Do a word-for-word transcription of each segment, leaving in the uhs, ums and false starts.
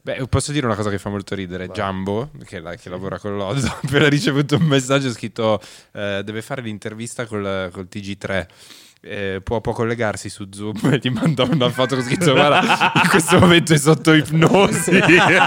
Beh, posso dire una cosa che fa molto ridere. Jumbo, che, la, che lavora con l'Odo, ha appena ricevuto un messaggio scritto eh, deve fare l'intervista col, col T G tre. Eh, può, può collegarsi su Zoom e ti manda una foto con scritto guarda, in questo momento è sotto ipnosi.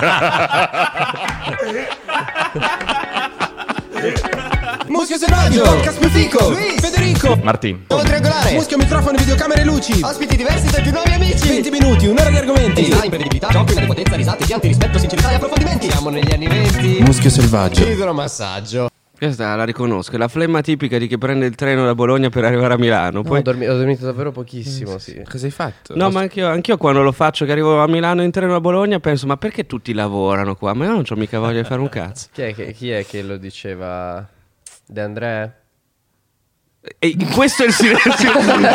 Muschio selvaggio, podcast più fico, Federico, Martin, Nuovo triangolare, muschio, microfono, videocamere e luci, ospiti diversi tra i più nuovi amici, venti minuti, un'ora di argomenti, design, imprevedibilità, giochi, potenza, risate, pianti, rispetto, sincerità e approfondimenti. Siamo negli anni venti. Muschio selvaggio, idromassaggio. Questa la riconosco, è la flemma tipica di chi prende il treno da Bologna per arrivare a Milano. Poi... no, ho, dormi- ho dormito davvero pochissimo, sì. Cosa hai fatto? No, ma anch'io, anch'io quando lo faccio che arrivo a Milano in treno a Bologna penso ma perché tutti lavorano qua? Ma io non c'ho mica voglia di fare un cazzo. Chi è che, chi è che lo diceva? De André? E questo è il silenzio.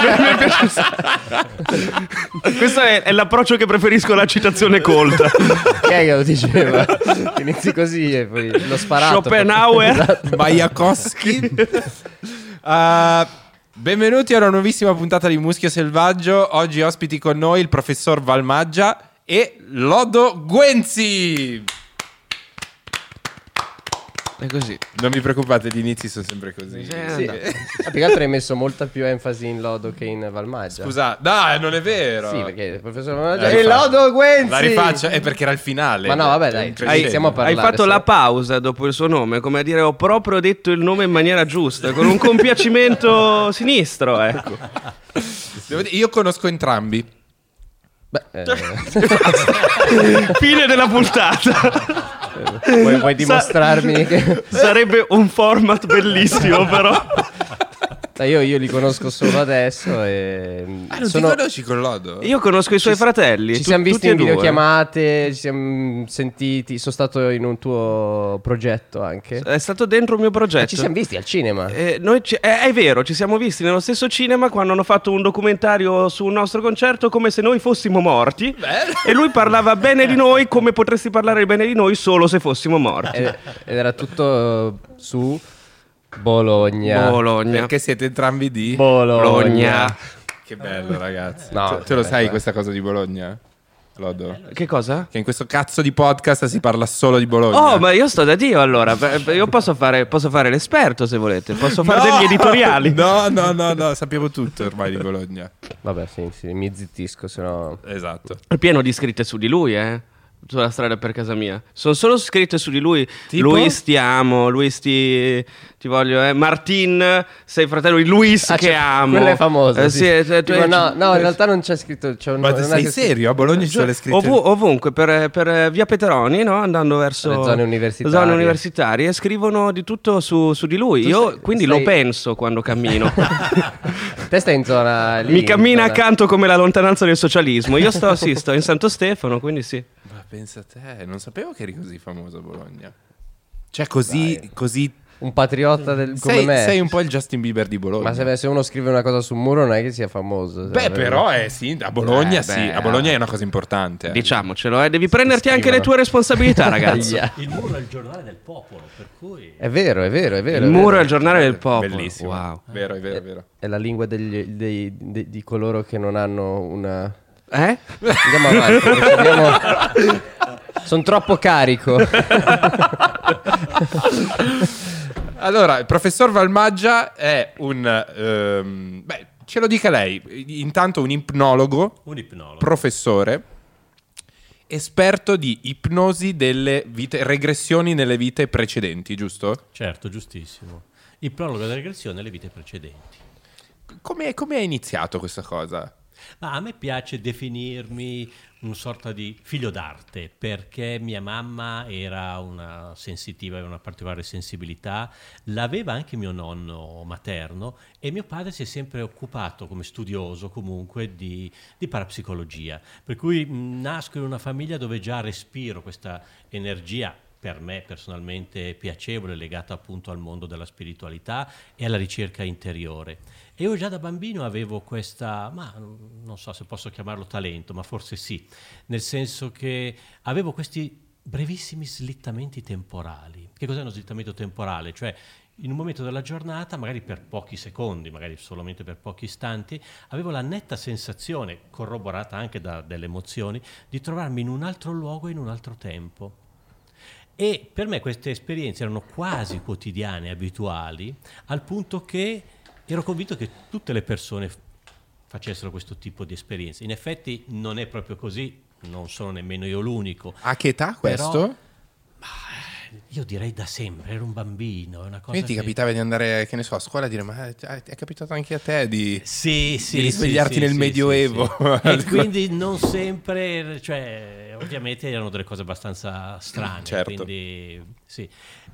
Questo è, è l'approccio che preferisco alla citazione colta. Chi è che lo diceva? Inizi così e poi l'ho sparato. Schopenhauer. Majakowski. uh, benvenuti a una nuovissima puntata di Muschio Selvaggio. Oggi ospiti con noi il professor Valmaggia e Lodo Guenzi. È così. Non vi preoccupate, gli inizi sono sempre così. Sì. Ah, più che altro hai messo molta più enfasi in Lodo che in Valmaggia. Scusa, dai, non è vero. Sì, perché il professor Valmaggia La e rifaccio. Lodo Guenzi. La rifaccio, è perché era il finale. Ma no, vabbè, dai, Cioè, hai- sì. siamo a parlare. Hai fatto se- la pausa dopo il suo nome, come a dire ho proprio detto il nome in maniera giusta, con un compiacimento sinistro, ecco. Devo dire, io conosco entrambi. Beh, eh, Fine della puntata. vuoi, vuoi dimostrarmi che... Sarebbe un format bellissimo, però. Dai, Io, io li conosco solo adesso e Ah, non sono... ti conosci con Lodo? Io conosco i suoi fratelli. Ci tu- siamo visti tutti e in due. videochiamate, ci siamo sentiti, sono stato in un tuo progetto anche. È stato dentro il mio E progetto. ci siamo visti al cinema. Eh, noi ci- eh, è vero, ci siamo visti nello stesso cinema quando hanno fatto un documentario su un nostro concerto come se noi fossimo morti. E lui parlava bene di noi come potresti parlare bene di noi solo se fossimo morti. Ed, ed era tutto su Bologna. Bologna. Perché siete entrambi di Bologna. Bologna. Che bello, ragazzi. No, Tu- te lo vabbè, sai vabbè. questa cosa di Bologna? Lodo? Che cosa? Che in questo cazzo di podcast si parla solo di Bologna. Oh, ma io sto da Dio allora. Beh, beh, Io posso fare, posso fare l'esperto se volete. Posso fare No! degli editoriali. No, no, no, no, sappiamo tutto ormai di Bologna. Vabbè, sì, sì, mi zittisco, sennò... Esatto. È pieno di scritte su di lui, eh. Sulla strada per casa mia. Sono solo scritte su di lui. Tipo? Luis ti amo, Luis ti, ti voglio, eh. Martin, sei fratello di Luis Ah, che cioè, amo. Quella è famosa, Eh, sì. sì, eh, Tipo, eh, no, no, in realtà non c'è scritto... C'è un, Ma non è sei che- serio? A Bologna ci sono le scritte? Ovu- ovunque, per, per via Petroni, no? Andando verso Le zone universitarie. zone universitarie, scrivono di tutto su, su di lui. Tu Io stai- quindi stai- lo penso quando cammino. Te stai in zona lì. Mi in cammina zona- accanto come la lontananza del socialismo. Io sto, sì, sto in Santo Stefano, quindi sì. Ma pensa a te, non sapevo che eri così famoso a Bologna. Cioè così, così... Un patriota del, come Sei, me. sei un po' il Justin Bieber di Bologna. Ma se, se uno scrive una cosa sul muro non è che sia famoso. Beh, però è sì, a Bologna Eh, sì, beh, a Bologna è una cosa importante. eh. Diciamocelo, eh. Devi prenderti anche le scrivono. tue responsabilità, ragazzo. Ahia. Il muro è il giornale del popolo, per cui... È vero, è vero, è vero. Il è muro vero. è il giornale del popolo. Bellissimo. Wow. Vero, è vero, è vero. È la lingua degli- dei- de- di coloro che non hanno una... Eh? Andiamo avanti, perché abbiamo... Sono troppo carico. Allora, il professor Valmaggia è un... ehm, beh, ce lo dica lei. Intanto un ipnologo, Un ipnologo. professore, esperto di ipnosi delle vite, regressioni nelle vite precedenti, giusto? Certo, giustissimo. Il prologo della regressione alle vite precedenti. Come, come è iniziato questa cosa? Ma a me piace definirmi una sorta di figlio d'arte, perché mia mamma era una sensitiva, aveva una particolare sensibilità, l'aveva anche mio nonno materno e mio padre si è sempre occupato come studioso comunque di, di parapsicologia, per cui mh, nasco in una famiglia dove già respiro questa energia per me personalmente piacevole, legata appunto al mondo della spiritualità e alla ricerca interiore. E io già da bambino avevo questa, ma non so se posso chiamarlo talento, ma forse sì, nel senso che avevo questi brevissimi slittamenti temporali. Che cos'è uno slittamento temporale? Cioè in un momento della giornata, magari per pochi secondi, magari solamente per pochi istanti, avevo la netta sensazione, corroborata anche da delle emozioni, di trovarmi in un altro luogo e in un altro tempo. E per me queste esperienze erano quasi quotidiane, abituali, al punto che ero convinto che tutte le persone facessero questo tipo di esperienze. In effetti non è proprio così, non sono nemmeno io l'unico. A che età questo? Però, io direi da sempre, ero un bambino, è una cosa. Quindi ti che... capitava di andare, che ne so, a scuola e dire ma è capitato anche a te di, sì, sì, di risvegliarti sì, nel sì, Medioevo. Sì, sì. E quindi non sempre, cioè ovviamente erano delle cose abbastanza strane, certo. quindi sì.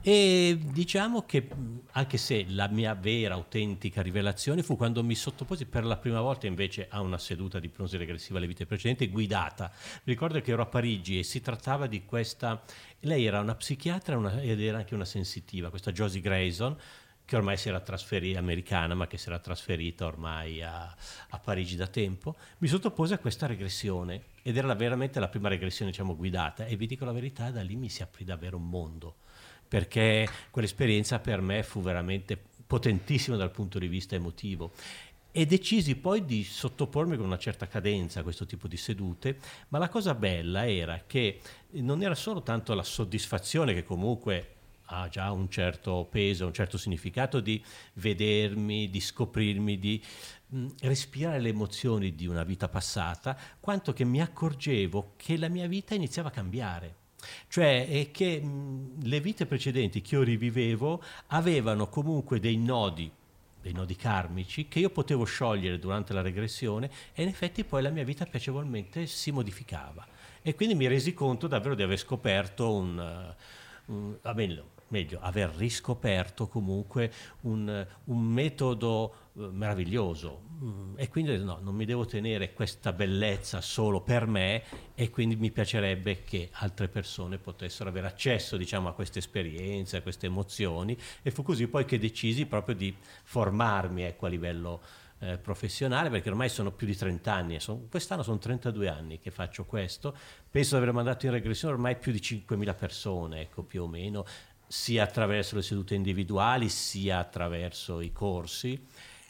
E diciamo che anche se la mia vera, autentica rivelazione fu quando mi sottoposi per la prima volta invece a una seduta di ipnosi regressiva alle vite precedenti guidata. Mi ricordo che ero a Parigi e si trattava di questa, lei era una psichiatra una, ed era anche una sensitiva, questa Josie Grayson, che ormai si era trasferita, americana, ma che si era trasferita ormai a, a Parigi da tempo. Mi sottopose a questa regressione ed era veramente la prima regressione, diciamo, guidata, e vi dico la verità, da lì mi si aprì davvero un mondo, perché quell'esperienza per me fu veramente potentissima dal punto di vista emotivo. E decisi poi di sottopormi con una certa cadenza a questo tipo di sedute, ma la cosa bella era che non era solo tanto la soddisfazione, che comunque ha già un certo peso, un certo significato, di vedermi, di scoprirmi, di mh, respirare le emozioni di una vita passata, quanto che mi accorgevo che la mia vita iniziava a cambiare. Cioè è che mh, le vite precedenti che io rivivevo avevano comunque dei nodi, dei nodi karmici che io potevo sciogliere durante la regressione, e in effetti poi la mia vita piacevolmente si modificava. E quindi mi resi conto davvero di aver scoperto un... Uh, un ah, meglio, meglio, aver riscoperto comunque un, un metodo uh, meraviglioso, mm, e quindi no, non mi devo tenere questa bellezza solo per me, e quindi mi piacerebbe che altre persone potessero avere accesso, diciamo, a queste esperienze, a queste emozioni, e fu così poi che decisi proprio di formarmi, ecco, a livello eh, professionale, perché ormai sono più di trenta anni, sono, quest'anno sono trentadue anni che faccio questo, penso di aver mandato in regressione ormai più di cinquemila persone, ecco, più o meno, sia attraverso le sedute individuali sia attraverso i corsi,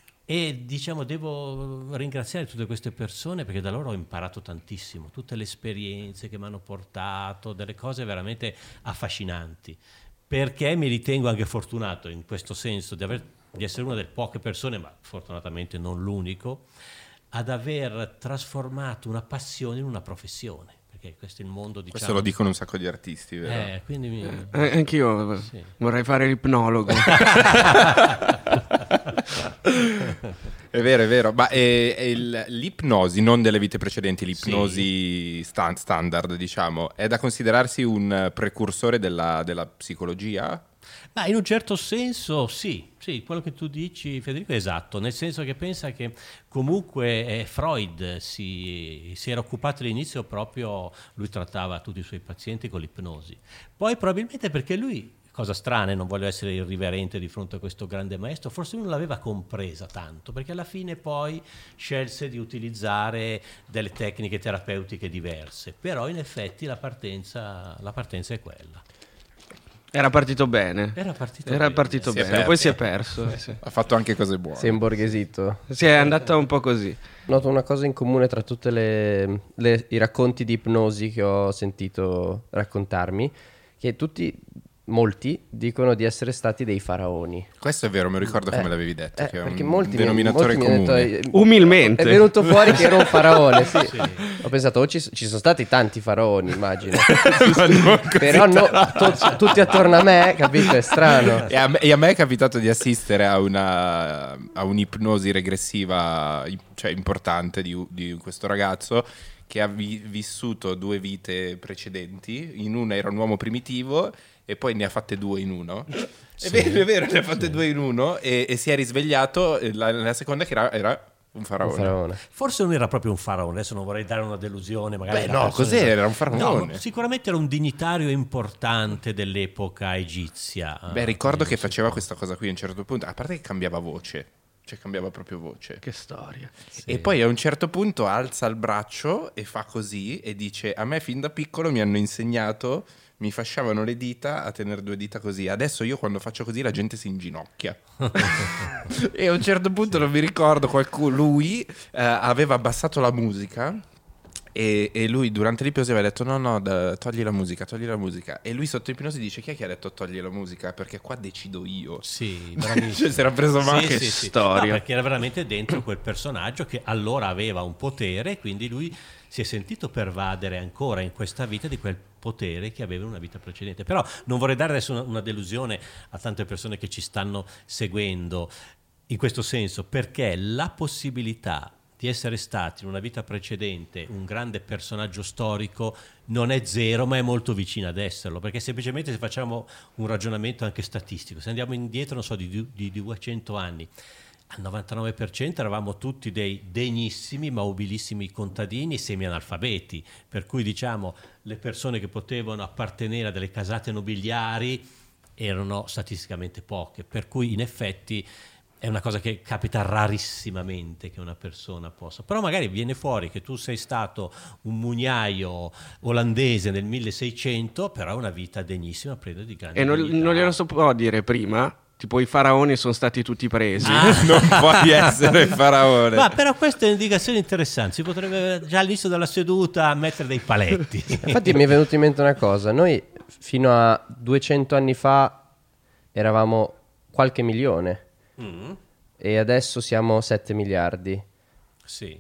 e diciamo devo ringraziare tutte queste persone perché da loro ho imparato tantissimo, tutte le esperienze che mi hanno portato, delle cose veramente affascinanti, perché mi ritengo anche fortunato in questo senso di, aver, di essere una delle poche persone, ma fortunatamente non l'unico, ad aver trasformato una passione in una professione. Perché questo è il mondo, diciamo. Questo lo dicono un sacco di artisti, vero? Eh, quindi mi... eh, anch'io sì. Vorrei fare l'ipnologo. È vero, è vero, ma è, è il, l'ipnosi, non delle vite precedenti, l'ipnosi sì. stand, standard, diciamo, è da considerarsi un precursore della, della psicologia? Ma in un certo senso sì, sì, quello che tu dici, Federico, è esatto, nel senso che pensa che comunque eh, Freud si, si era occupato all'inizio proprio, lui trattava tutti i suoi pazienti con l'ipnosi, poi probabilmente perché lui, cosa strana, e non voglio essere irriverente di fronte a questo grande maestro, forse lui non l'aveva compresa tanto, perché alla fine poi scelse di utilizzare delle tecniche terapeutiche diverse, però in effetti la partenza, la partenza è quella. Era partito bene. Era partito Era bene. partito Si bene, poi si è perso. Eh, sì. Ha fatto anche cose buone. Si è imborghesito. Si è andata un po' così. Noto una cosa in comune tra tutti i racconti di ipnosi che ho sentito raccontarmi, che tutti, molti, dicono di essere stati dei faraoni. Questo è vero, mi ricordo come Eh, l'avevi detto, eh, che è perché un molti mi- denominatore molti mi hanno comune. detto, eh, Umilmente. È venuto fuori che ero un faraone, sì. Sì. Ho pensato, oh, ci, ci sono stati tanti faraoni, immagino. Ma non così Però no, tanto. to- tutti attorno a me, capito? È strano. E a, me, e a me è capitato di assistere a una a un'ipnosi regressiva, cioè importante, di, di questo ragazzo che ha vi- vissuto due vite precedenti. In una era un uomo primitivo e poi ne ha fatte due in uno. È vero, è vero, ne ha fatte due in uno e, e si è risvegliato eh, la, la seconda che era, era un faraone. Un faraone. Forse non era proprio un faraone, adesso non vorrei dare una delusione. Magari Beh, alla no, persona- cos'era? Era un faraone. No, sicuramente era un dignitario importante dell'epoca egizia. Beh, ricordo Eh, che non si faceva può. questa cosa qui a un certo punto, a parte che cambiava voce, cioè cambiava proprio voce. Che storia. E poi a un certo punto alza il braccio e fa così e dice: a me fin da piccolo mi hanno insegnato mi fasciavano le dita a tenere due dita così. Adesso io quando faccio così la gente si inginocchia. E a un certo punto non mi ricordo, qualcuno, lui eh, aveva abbassato la musica e, e lui durante l'ipnosi aveva detto no no da, togli la musica, togli la musica. E lui sotto ipnosi dice chi è che ha detto togli la musica? Perché qua decido io. Sì, cioè si era preso male. sì, sì, sì. storia. No, perché era veramente dentro quel personaggio che allora aveva un potere, quindi lui si è sentito pervadere ancora in questa vita di quel potere che aveva in una vita precedente. Però non vorrei dare adesso una, una delusione a tante persone che ci stanno seguendo in questo senso, perché la possibilità di essere stati in una vita precedente un grande personaggio storico non è zero, ma è molto vicina ad esserlo, perché semplicemente se facciamo un ragionamento anche statistico, se andiamo indietro, non so, di, di, di duecento anni, al novantanove per cento eravamo tutti dei degnissimi ma ubilissimi contadini semi-analfabeti, per cui diciamo le persone che potevano appartenere a delle casate nobiliari erano statisticamente poche, per cui in effetti è una cosa che capita rarissimamente che una persona possa, però magari viene fuori che tu sei stato un mugnaio olandese nel milleseicento, però è una vita degnissima, preda di grandi E non, dignità. non glielo so può dire prima? Tipo i faraoni sono stati tutti presi. Ah. Non puoi essere faraone. Ma però questa è un'indicazione interessante, si potrebbe già all'inizio della seduta mettere dei paletti. Infatti mi è venuto in mente una cosa, noi fino a duecento anni fa eravamo qualche milione Mm, e adesso siamo sette miliardi. sì.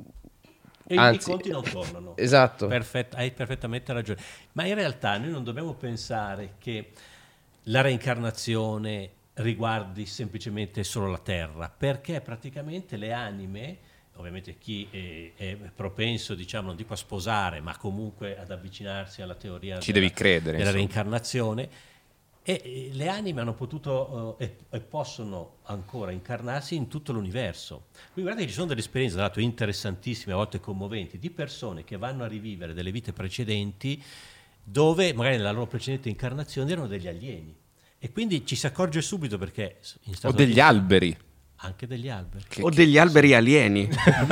E Anzi, i conti non tornano. Esatto. Perfett- hai perfettamente ragione. Ma in realtà noi non dobbiamo pensare che la reincarnazione riguardi semplicemente solo la Terra, perché praticamente le anime, ovviamente chi è, è propenso, diciamo, non dico a sposare, ma comunque ad avvicinarsi alla teoria Ci della, devi credere, della insomma. reincarnazione, e e le anime hanno potuto eh, e, e possono ancora incarnarsi in tutto l'universo. Quindi guardate che ci sono delle esperienze, tra l'altro interessantissime, a volte commoventi, di persone che vanno a rivivere delle vite precedenti dove magari nella loro precedente incarnazione erano degli alieni. E quindi ci si accorge subito perché in O Stati degli Uniti- alberi. anche degli alberi. Che- O degli alberi alieni.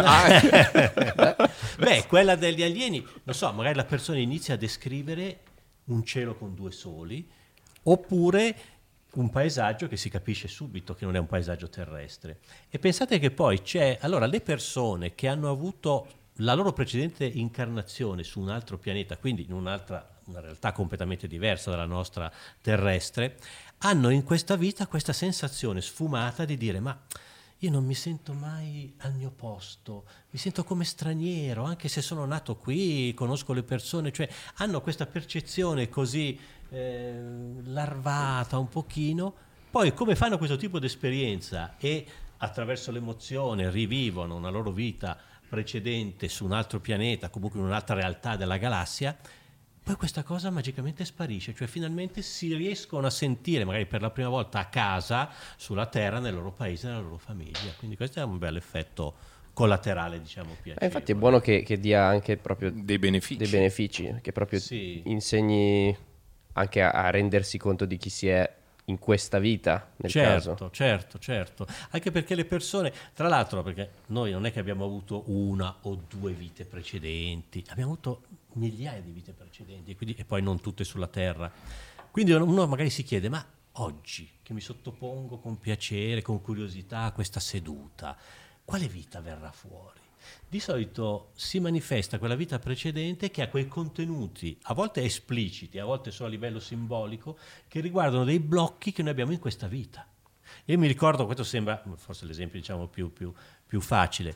Beh, quella degli alieni, non so, magari la persona inizia a descrivere un cielo con due soli, oppure un paesaggio che si capisce subito che non è un paesaggio terrestre. E pensate che poi c'è, allora, le persone che hanno avuto la loro precedente incarnazione su un altro pianeta, quindi in un'altra, una realtà completamente diversa dalla nostra terrestre, hanno in questa vita questa sensazione sfumata di dire ma io non mi sento mai al mio posto, mi sento come straniero, anche se sono nato qui, conosco le persone, cioè hanno questa percezione così eh, larvata un pochino. Poi come fanno questo tipo di esperienza e attraverso l'emozione rivivono una loro vita precedente su un altro pianeta, comunque in un'altra realtà della galassia, poi questa cosa magicamente sparisce, cioè finalmente si riescono a sentire magari per la prima volta a casa sulla Terra, nel loro paese, nella loro famiglia. Quindi questo è un bel effetto collaterale, diciamo, piacevole. Eh, infatti è buono che, che dia anche proprio Dei benefici. dei benefici, che proprio Sì. insegni anche a, a rendersi conto di chi si è in questa vita, nel Certo, caso. certo, certo. Anche perché le persone, tra l'altro, perché noi non è che abbiamo avuto una o due vite precedenti, abbiamo avuto migliaia di vite precedenti e, quindi, e poi non tutte sulla Terra. Quindi uno magari si chiede, ma oggi che mi sottopongo con piacere, con curiosità a questa seduta, quale vita verrà fuori? Di solito si manifesta quella vita precedente che ha quei contenuti, a volte espliciti, a volte solo a livello simbolico, che riguardano dei blocchi che noi abbiamo in questa vita. Io mi ricordo, questo sembra forse l'esempio diciamo più, più, più facile,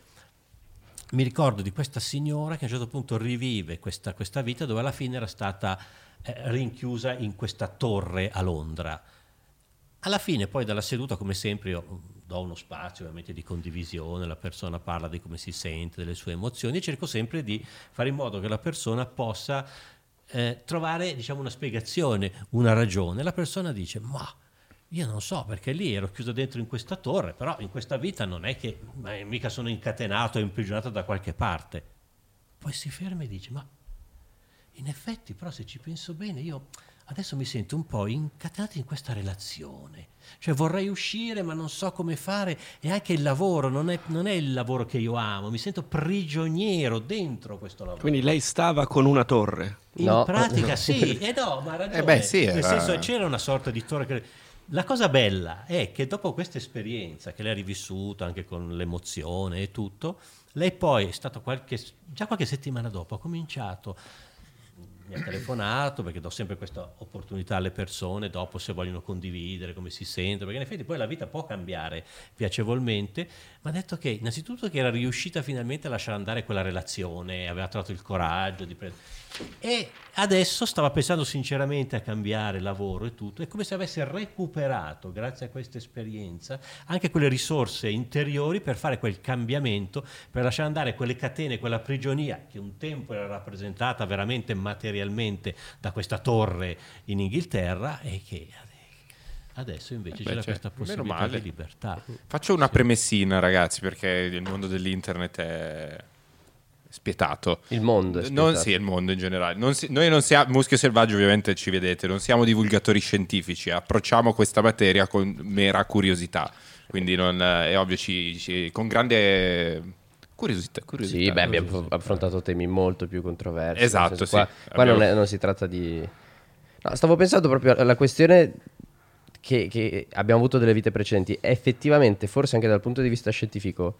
mi ricordo di questa signora che a un certo punto rivive questa, questa vita dove alla fine era stata eh, rinchiusa in questa torre a Londra. Alla fine poi dalla seduta, come sempre, io do uno spazio ovviamente di condivisione, la persona parla di come si sente, delle sue emozioni, e cerco sempre di fare in modo che la persona possa eh, trovare diciamo una spiegazione, una ragione. La persona dice, ma io non so, perché lì ero chiuso dentro in questa torre, però in questa vita non è che eh, mica sono incatenato e imprigionato da qualche parte. Poi si ferma e dice, ma in effetti però se ci penso bene io adesso mi sento un po' incatenato in questa relazione. Cioè vorrei uscire ma non so come fare, e anche il lavoro non è, non è il lavoro che io amo, mi sento prigioniero dentro questo lavoro. Quindi lei stava con una torre? In No. pratica sì, e eh no, ma ha ragione. Eh beh, sì, Nel era- senso c'era una sorta di torre che... La cosa bella è che dopo questa esperienza che lei ha rivissuto anche con l'emozione e tutto, lei poi è stato qualche, già qualche settimana dopo ha cominciato, mi ha telefonato perché do sempre questa opportunità alle persone dopo se vogliono condividere come si sentono, perché in effetti poi la vita può cambiare piacevolmente, ma ha detto che innanzitutto che era riuscita finalmente a lasciare andare quella relazione, aveva trovato il coraggio di prendere, e adesso stava pensando sinceramente a cambiare lavoro e tutto, è come se avesse recuperato grazie a questa esperienza anche quelle risorse interiori per fare quel cambiamento, per lasciare andare quelle catene, quella prigionia che un tempo era rappresentata veramente materialmente da questa torre in Inghilterra, e che adesso invece Beh, c'era cioè, questa meno possibilità male. di libertà. Faccio una Sì. premessina, ragazzi, perché il mondo dell'internet è spietato. Il mondo è Non, spietato. sì, il mondo in generale. Non si- noi non siamo, Muschio Selvaggio ovviamente ci vedete, non siamo divulgatori scientifici, approcciamo questa materia con mera curiosità, quindi non, eh, è ovvio, ci, ci- con grande curiosità. curiosità Sì, beh, abbiamo curiosità. affrontato temi molto più controversi. nel Esatto, senso, sì. Qua, qua Abbiamo- non, è- non si tratta di... No, stavo pensando proprio alla questione che, che abbiamo avuto delle vite precedenti. Effettivamente, forse anche dal punto di vista scientifico,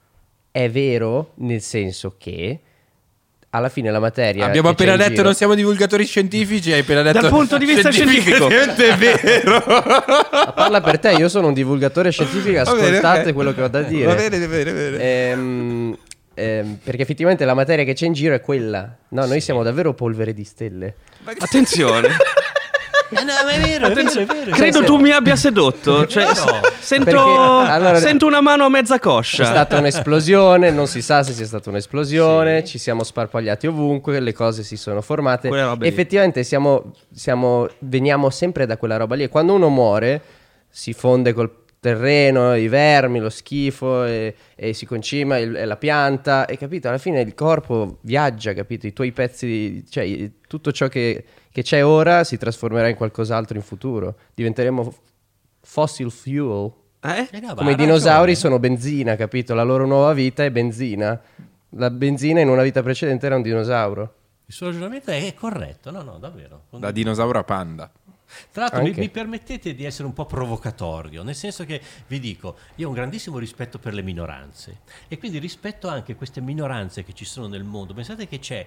è vero, nel senso che alla fine la materia... Abbiamo che c'è appena in detto giro- non siamo divulgatori scientifici, hai appena detto Dal punto di vista scientifico. scientificamente è vero. Ma parla per te, io sono un divulgatore scientifico, Va bene, ascoltate ok. quello che ho da dire. Va bene, bene, bene. Ehm, ehm, perché effettivamente la materia che c'è in giro è quella. No, noi siamo davvero polvere di stelle. Attenzione. Eh, no, ma è vero, è vero, è vero. Credo se- tu mi abbia sedotto. Cioè, No. sento, Perché, allora- sento una mano a mezza C'è coscia. stata un'esplosione, non si sa se sia stata un'esplosione, ci siamo sparpagliati ovunque, le cose si sono formate. Quelle robe lì. Effettivamente siamo, siamo- veniamo sempre da quella roba lì. E quando uno muore si fonde col terreno, i vermi, lo schifo e, e si concima il- e la pianta, e capito? Alla fine il corpo viaggia, capito? I tuoi pezzi, di- cioè i- tutto ciò che, che c'è ora si trasformerà in qualcos'altro in futuro. Diventeremo f- fossil fuel. Eh? Eh, no, ma Come ha i dinosauri ragione. sono benzina, capito? La loro nuova vita è benzina. La benzina in una vita precedente era un dinosauro. Il suo ragionamento è corretto, no, no, davvero. Da dinosauro a panda. Tra l'altro mi, Anche. mi permettete di essere un po' provocatorio, nel senso che vi dico, io ho un grandissimo rispetto per le minoranze e quindi rispetto anche queste minoranze che ci sono nel mondo. Pensate che c'è,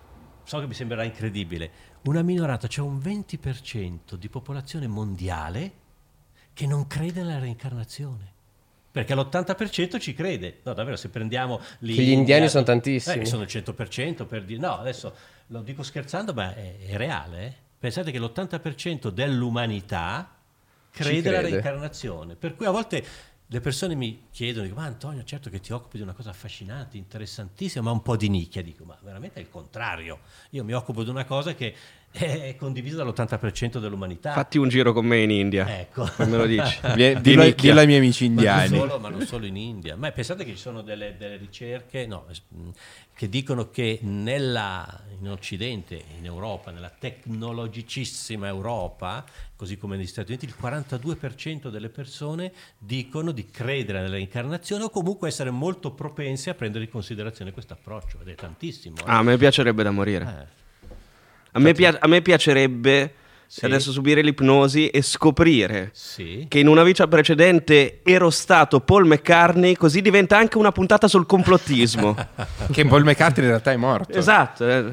so che mi sembrerà incredibile, una minoranza, c'è un venti per cento di popolazione mondiale che non crede nella reincarnazione. Perché l'ottanta per cento ci crede. No, davvero, se prendiamo l'India... gli indiani sono tantissimi. Eh, sono il cento per cento per dire... No, adesso lo dico scherzando, ma è, è reale. eh. Pensate che l'ottanta per cento dell'umanità crede alla crede. reincarnazione. Per cui a volte le persone mi chiedono, dico, ma Antonio, certo che ti occupi di una cosa affascinante, interessantissima, ma un po' di nicchia. Dico, ma veramente è il contrario. Io mi occupo di una cosa che è condivisa dall'ottanta per cento dell'umanità. Fatti un giro con me in India. Ecco. Poi me lo dici. Vie- Di Dillo, nicchia. dillo ai miei amici Ma non, indiani. solo, ma non solo in India, ma pensate che ci sono delle, delle ricerche no, es- mh, che dicono che nella, in Occidente, in Europa, nella tecnologicissima Europa, così come negli Stati Uniti, il quarantadue per cento delle persone dicono di credere nella reincarnazione o comunque essere molto propense a prendere in considerazione questo approccio, ed è tantissimo. eh. Ah, a me piacerebbe da morire. Eh. A me, pia- a me piacerebbe Sì. adesso subire l'ipnosi e scoprire Sì. che in una vita precedente ero stato Paul McCartney, così diventa anche una puntata sul complottismo. Che Paul McCartney in realtà è morto. Esatto. eh.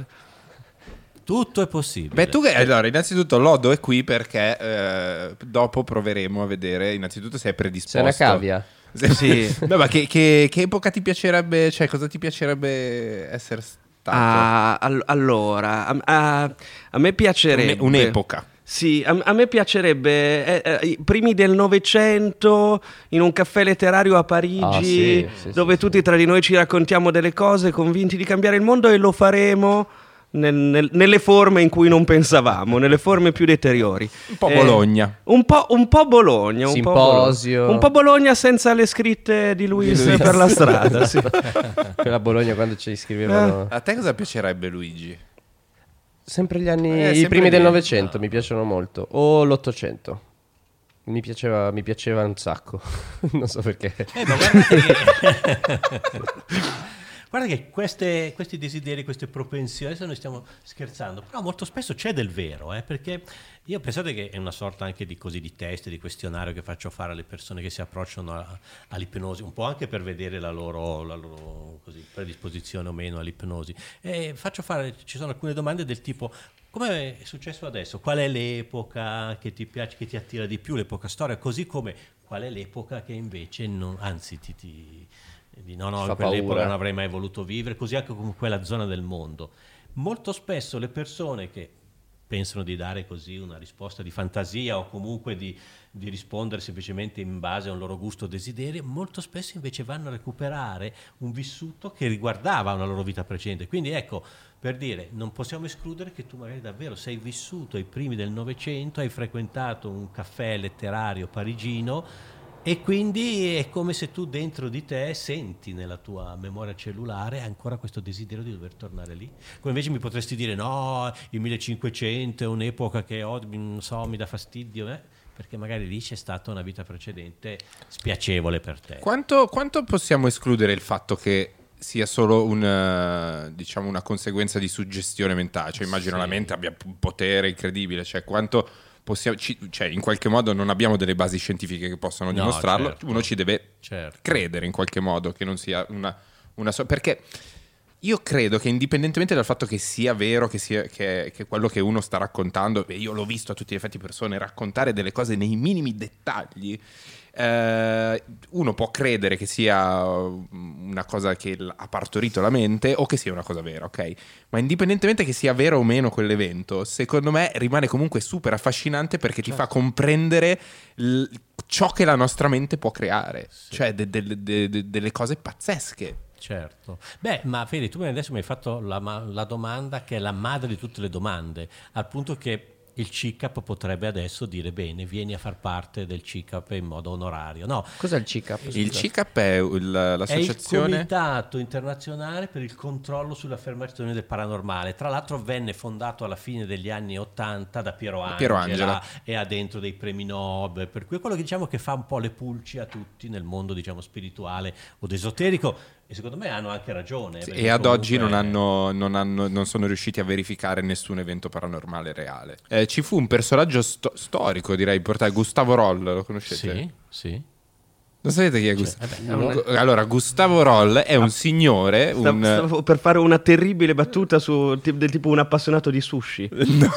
Tutto è possibile. Beh, tu che allora, innanzitutto Lodo è qui perché eh, dopo proveremo a vedere innanzitutto se è predisposto. Sei una cavia. Se- Sì. No, ma che, che- che epoca ti piacerebbe, cioè cosa ti piacerebbe essere stato? Ah, all- allora, a, a- a me piacerebbe... Un- un'epoca. Sì, a, a me piacerebbe eh, eh, i primi del Novecento in un caffè letterario a Parigi, Ah, sì, sì, dove sì, tutti tra di noi ci raccontiamo delle cose, convinti di cambiare il mondo, e lo faremo nel- nel- nelle forme in cui non pensavamo, nelle forme più deteriori. Un po' Eh, Bologna. Un po', un po' Bologna. Un Simposio. Po' Bologna. Un po' Bologna senza le scritte di Luis, Di Luis. per la strada. Sì. Quella a Bologna quando ci iscrivevano. A te cosa piacerebbe, Luigi? Sempre gli anni, Eh, i sempre primi del lì. Novecento mi piacciono molto, o l'Ottocento. Mi piaceva, mi piaceva un sacco, non so perché. Eh, ma guardate che... Guarda che queste, questi desideri, queste propensioni, adesso noi stiamo scherzando, però molto spesso c'è del vero, eh, perché io pensate che è una sorta anche di così di test, di questionario che faccio fare alle persone che si approcciano a- all'ipnosi, un po' anche per vedere la loro, la loro così, predisposizione o meno all'ipnosi. E faccio fare, ci sono alcune domande del tipo: come è successo adesso? Qual è l'epoca che ti piace, che ti attira di più, l'epoca storica? Così come qual è l'epoca che invece non, anzi ti... ti di no, no, Fa in quell'epoca paura. non avrei mai voluto vivere, così anche con quella zona del mondo. Molto spesso le persone che pensano di dare così una risposta di fantasia o comunque di, di rispondere semplicemente in base a un loro gusto o desiderio, molto spesso invece vanno a recuperare un vissuto che riguardava una loro vita precedente. Quindi ecco, per dire, non possiamo escludere che tu magari davvero sei vissuto ai primi del Novecento, hai frequentato un caffè letterario parigino, e quindi è come se tu dentro di te senti nella tua memoria cellulare ancora questo desiderio di dover tornare lì. Come invece mi potresti dire: no, il millecinquecento è un'epoca che oh, non so, mi dà fastidio, eh? Perché magari lì c'è stata una vita precedente spiacevole per te. Quanto, quanto possiamo escludere il fatto che sia solo un, diciamo, una conseguenza di suggestione mentale? Cioè immagino Sì. la mente abbia un potere incredibile, cioè quanto possiamo, ci- cioè in qualche modo non abbiamo delle basi scientifiche che possano No, dimostrarlo, certo. uno ci deve Certo. credere in qualche modo che non sia una, una so- perché io credo che indipendentemente dal fatto che sia vero che, sia, che, che quello che uno sta raccontando, e io l'ho visto a tutti gli effetti persone raccontare delle cose nei minimi dettagli, eh, uno può credere che sia una cosa che l- ha partorito la mente o che sia una cosa vera, ok? Ma indipendentemente che sia vero o meno quell'evento, secondo me rimane comunque super affascinante perché ti fa comprendere l- ciò che la nostra mente può creare, cioè de- de- de- de- delle cose pazzesche. Certo. Beh, ma Fede, tu adesso mi hai fatto la, ma- la domanda che è la madre di tutte le domande, al punto che il C I C A P potrebbe adesso dire: bene, vieni a far parte del C I C A P in modo onorario. No, Cos'è il C I C A P? Il C I C A P è il- è il l'associazione... Comitato Internazionale per il Controllo sull'affermazione del paranormale. Tra l'altro venne fondato alla fine degli anni Ottanta da Piero Angela, Piero Angela. e ha dentro dei premi Nobel, per cui è quello che diciamo che fa un po' le pulci a tutti nel mondo, diciamo, spirituale o esoterico, e secondo me hanno anche ragione. Sì, perché e ad oggi non, comunque- hanno, non, hanno, non sono riusciti a verificare nessun evento paranormale reale. Eh, ci fu un personaggio sto- storico, direi, importante, Gustavo Roll, lo conoscete? Sì, sì. Non sapete chi è Cioè, Gustavo? vabbè, Gu- Allora, Gustavo Roll è un signore, Sta- un... Stavo per fare una terribile battuta su ti- del tipo un appassionato di sushi. No,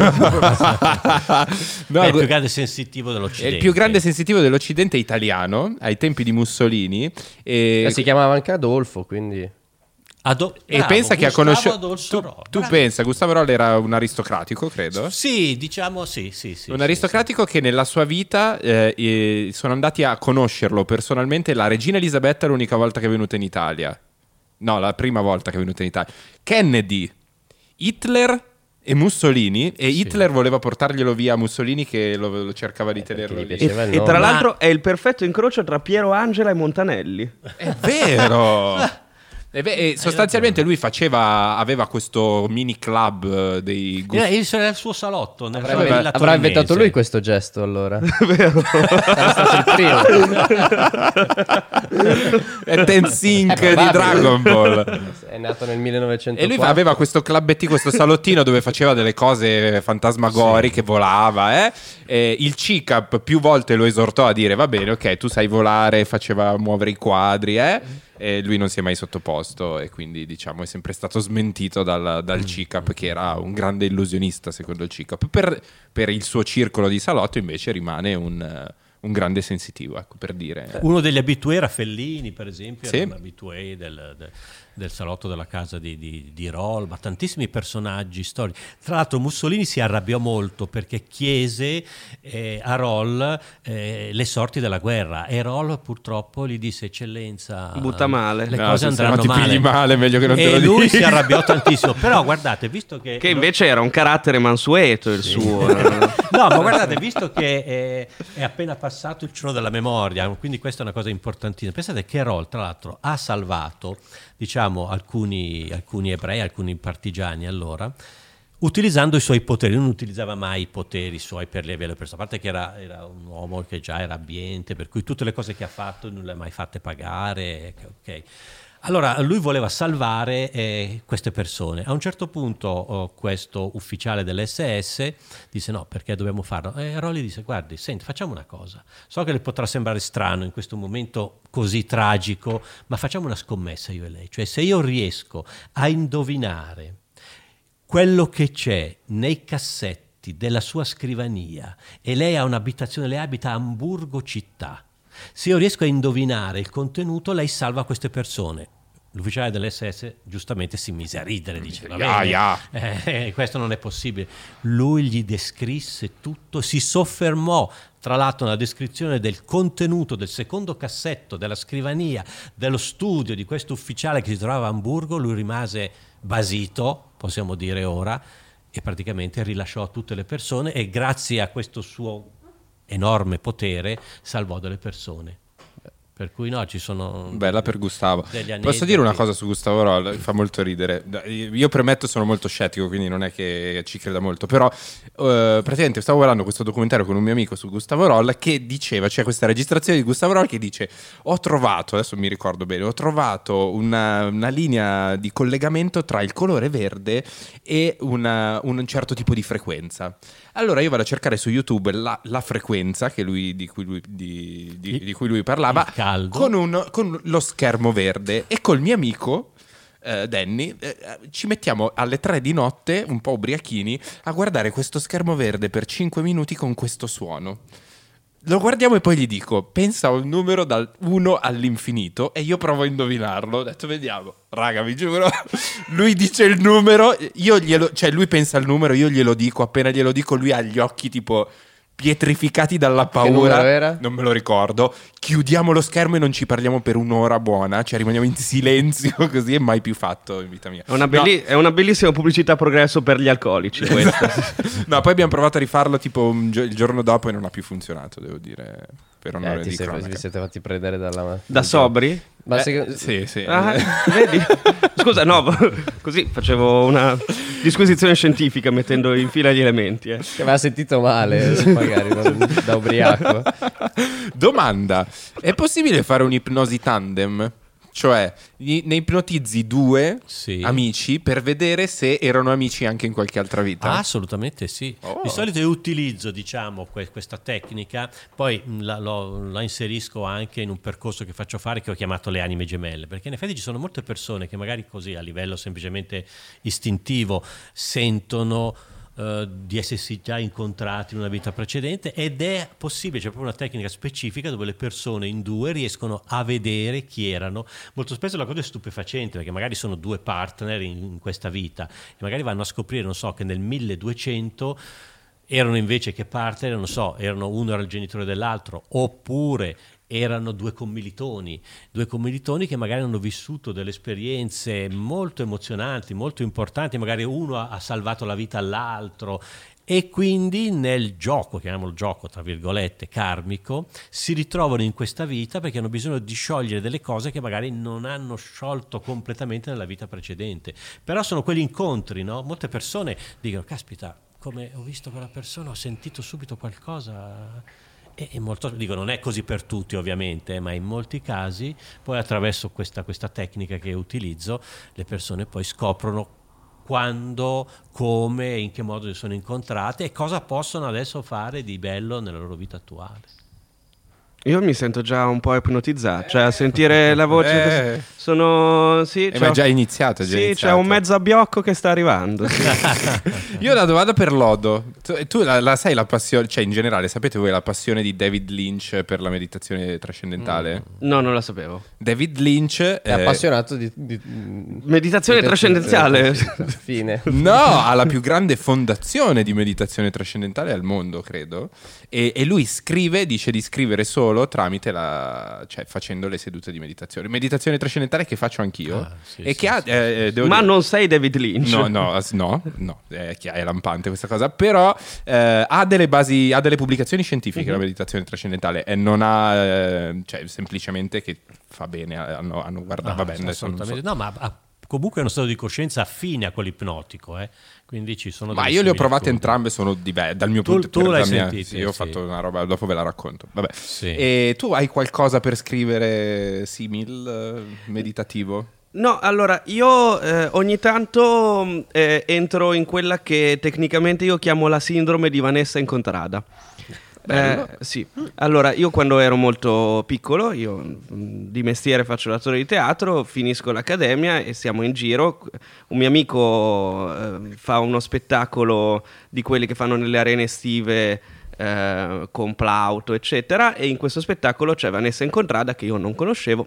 Beh, è il Gu- più grande sensitivo è dell'Occidente. il più grande sensitivo dell'Occidente italiano, ai tempi di Mussolini. E... Eh, si chiamava anche Adolfo, quindi... Ado- E bravo, pensa che ha Gustavo conosciuto. Adolfo Tu, Roll. tu Bravo. pensa, Gustavo Roll era un aristocratico, credo. Sì, diciamo sì, sì, sì. Un sì, aristocratico che nella sua vita eh, eh, sono andati a conoscerlo personalmente. La regina Elisabetta l'unica volta che è venuta in Italia. No, la prima volta che è venuta in Italia. Kennedy, Hitler e Mussolini. E Sì. Hitler voleva portarglielo via a Mussolini che lo, lo cercava di tenerlo gli lì. piaceva il E, e tra nome. l'altro è il perfetto incrocio tra Piero Angela e Montanelli. È vero! E beh, e sostanzialmente lui faceva, aveva questo mini club eh, dei sì. Gust- Era il, era il suo salotto nella sua Avrebbe- villa avrà inventato torinese. lui questo gesto allora. Era stato il primo. e Tenzink È di probabile. Dragon Ball. È nato nel millenovecento. E lui aveva questo clubettino, questo salottino dove faceva delle cose fantasmagoriche, volava, eh? E il C I C A P più volte lo esortò a dire: va bene, ok, tu sai volare, faceva muovere i quadri, eh? E lui non si è mai sottoposto e quindi diciamo è sempre stato smentito dal, dal C I C A P, che era un grande illusionista secondo il C I C A P. Per, per il suo circolo di salotto invece rimane un, eh, un grande sensitivo, ecco, per dire. Uno degli abitué era Fellini, per esempio, Sì. era un abitué del, del- del salotto della casa di, di, di Roll, ma tantissimi personaggi storici. Tra l'altro Mussolini si arrabbiò molto perché chiese eh, a Roll eh, le sorti della guerra, e Roll purtroppo gli disse: eccellenza, Butta male. le No, cose se- se andranno no ti male. pigli male, meglio che non te e lo lui dica. si arrabbiò tantissimo. Però guardate, visto che... Che invece era un carattere mansueto il suo. No, ma guardate, visto che è, è appena passato il giorno della memoria, quindi questa è una cosa importantissima. Pensate che Roll, tra l'altro, ha salvato, diciamo, alcuni, alcuni ebrei, alcuni partigiani allora, utilizzando i suoi poteri. Non utilizzava mai i poteri suoi per le vele persone, a parte che era, era un uomo che già era abbiente, per cui tutte le cose che ha fatto non le ha mai fatte pagare, ok. Allora lui voleva salvare eh, queste persone. A un certo punto oh, questo ufficiale dell'esse esse disse no, perché dobbiamo farlo? E Rolli disse guardi, senti, facciamo una cosa, so che le potrà sembrare strano in questo momento così tragico, ma facciamo una scommessa io e lei, cioè se io riesco a indovinare quello che c'è nei cassetti della sua scrivania e lei ha un'abitazione, lei abita a Amburgo città, se io riesco a indovinare il contenuto, lei salva queste persone. L'ufficiale dell'esse esse giustamente si mise a ridere, dice va bene, yeah, yeah. Eh, questo non è possibile. Lui gli descrisse tutto, si soffermò tra l'altro nella descrizione del contenuto del secondo cassetto della scrivania dello studio di questo ufficiale che si trovava a Amburgo. Lui rimase basito, possiamo dire ora, e praticamente rilasciò tutte le persone e grazie a questo suo enorme potere salvò delle persone. Per cui no, ci sono bella per Gustavo. degli aneddoti. Posso dire una cosa su Gustavo Roll? Fa molto ridere. Io premetto sono molto scettico, quindi non è che ci creda molto, però uh, praticamente stavo guardando questo documentario con un mio amico su Gustavo Roll che diceva, c'è questa registrazione di Gustavo Roll che dice ho trovato, adesso mi ricordo bene, ho trovato una, una linea di collegamento tra il colore verde e una, un certo tipo di frequenza. Allora io vado a cercare su YouTube la, la frequenza che lui, di, cui lui, di, di, di cui lui parlava con, un, con lo schermo verde, e col mio amico eh, Danny eh, ci mettiamo alle tre di notte un po' ubriachini a guardare questo schermo verde per cinque minuti con questo suono. Lo guardiamo e poi gli dico pensa a un numero dal uno all'infinito e io provo a indovinarlo. Ho detto vediamo, raga, vi giuro. Lui dice il numero, io glielo, cioè lui pensa al numero, io glielo dico, appena glielo dico lui ha gli occhi tipo pietrificati dalla paura. Che numero era? Non me lo ricordo. Chiudiamo lo schermo e non ci parliamo per un'ora buona, cioè rimaniamo in silenzio così, e mai più fatto in vita mia. È una, belli- no. è una bellissima pubblicità progresso per gli alcolici questa. No, poi abbiamo provato a rifarlo tipo un gi- il giorno dopo e non ha più funzionato, devo dire, per onore eh, ti di sei, cronaca. vi siete fatti prendere dalla da sobri? Ma eh, secondo... sì, sì. Ah, vedi? Scusa, no, così facevo una disquisizione scientifica mettendo in fila gli elementi. Eh. Che aveva sentito male, magari non, da ubriaco. Domanda: è possibile fare un'ipnosi tandem? Cioè, ne ipnotizzi due sì. amici per vedere se erano amici anche in qualche altra vita? Ah, assolutamente sì. Oh. Di solito io utilizzo, diciamo, que- questa tecnica, poi la, lo, la inserisco anche in un percorso che faccio fare che ho chiamato le anime gemelle, perché in effetti ci sono molte persone che magari così a livello semplicemente istintivo sentono Uh, di essersi già incontrati in una vita precedente, ed è possibile, c'è proprio una tecnica specifica dove le persone in due riescono a vedere chi erano. Molto spesso la cosa è stupefacente perché magari sono due partner in, in questa vita e magari vanno a scoprire, non so, che nel milleduecento erano invece che partner, non so, erano uno era il genitore dell'altro, oppure erano due commilitoni, due commilitoni che magari hanno vissuto delle esperienze molto emozionanti, molto importanti, magari uno ha, ha salvato la vita all'altro, e quindi nel gioco, chiamiamolo gioco tra virgolette, karmico, si ritrovano in questa vita perché hanno bisogno di sciogliere delle cose che magari non hanno sciolto completamente nella vita precedente. Però sono quegli incontri, no? Molte persone dicono, caspita, come ho visto quella persona, ho sentito subito qualcosa. E molto, dico, non è così per tutti ovviamente, ma in molti casi poi attraverso questa, questa tecnica che utilizzo le persone poi scoprono quando, come, in che modo si sono incontrate e cosa possono adesso fare di bello nella loro vita attuale. Io mi sento già un po' ipnotizzato, cioè a sentire la voce Eh. sono sì, Eh, ma è già iniziato, è già sì, iniziato. c'è un mezzo abbiocco che sta arrivando. Sì. Io ho una domanda per Lodo. Tu, tu la, la sai la passione, cioè in generale, sapete voi la passione di David Lynch per la meditazione trascendentale? Mm. No, non la sapevo. David Lynch È eh, appassionato di, di Meditazione trascendenziale. Fine. No, ha la più grande fondazione di meditazione trascendentale al mondo, credo. E, e lui scrive, dice di scrivere solo tramite la, cioè facendo le sedute di meditazione. Meditazione trascendentale che faccio anch'io. Ah, sì, e sì, che ha, sì. eh, devo Ma dire- non sei David Lynch. No, no, as- no, no, è, chi- è lampante questa cosa, però eh, ha delle basi, ha delle pubblicazioni scientifiche Mhm. la meditazione trascendentale e non ha, eh, cioè semplicemente che fa bene, hanno, hanno guardato, Ah, vabbè, adesso non so. assolutamente no, ma ah, comunque è uno stato di coscienza affine a quello ipnotico, eh? Quindi ci sono Ma delle io le ho provate similitudini. entrambe, sono diverse dal mio Tu- punto tu per l'hai la mia- sentite, sì, io ho sì. fatto una roba, dopo ve la racconto. Vabbè. Sì. E tu hai qualcosa per scrivere simil eh, meditativo? No, allora io eh, ogni tanto mh, eh, entro in quella che tecnicamente io chiamo la sindrome di Vanessa Incontrada. Eh, sì, allora io quando ero molto piccolo, io mh, di mestiere faccio l'attore di teatro, finisco l'accademia e siamo in giro. Un mio amico eh, fa uno spettacolo di quelli che fanno nelle arene estive eh, con Plauto, eccetera, e in questo spettacolo c'è Vanessa Incontrada che io non conoscevo.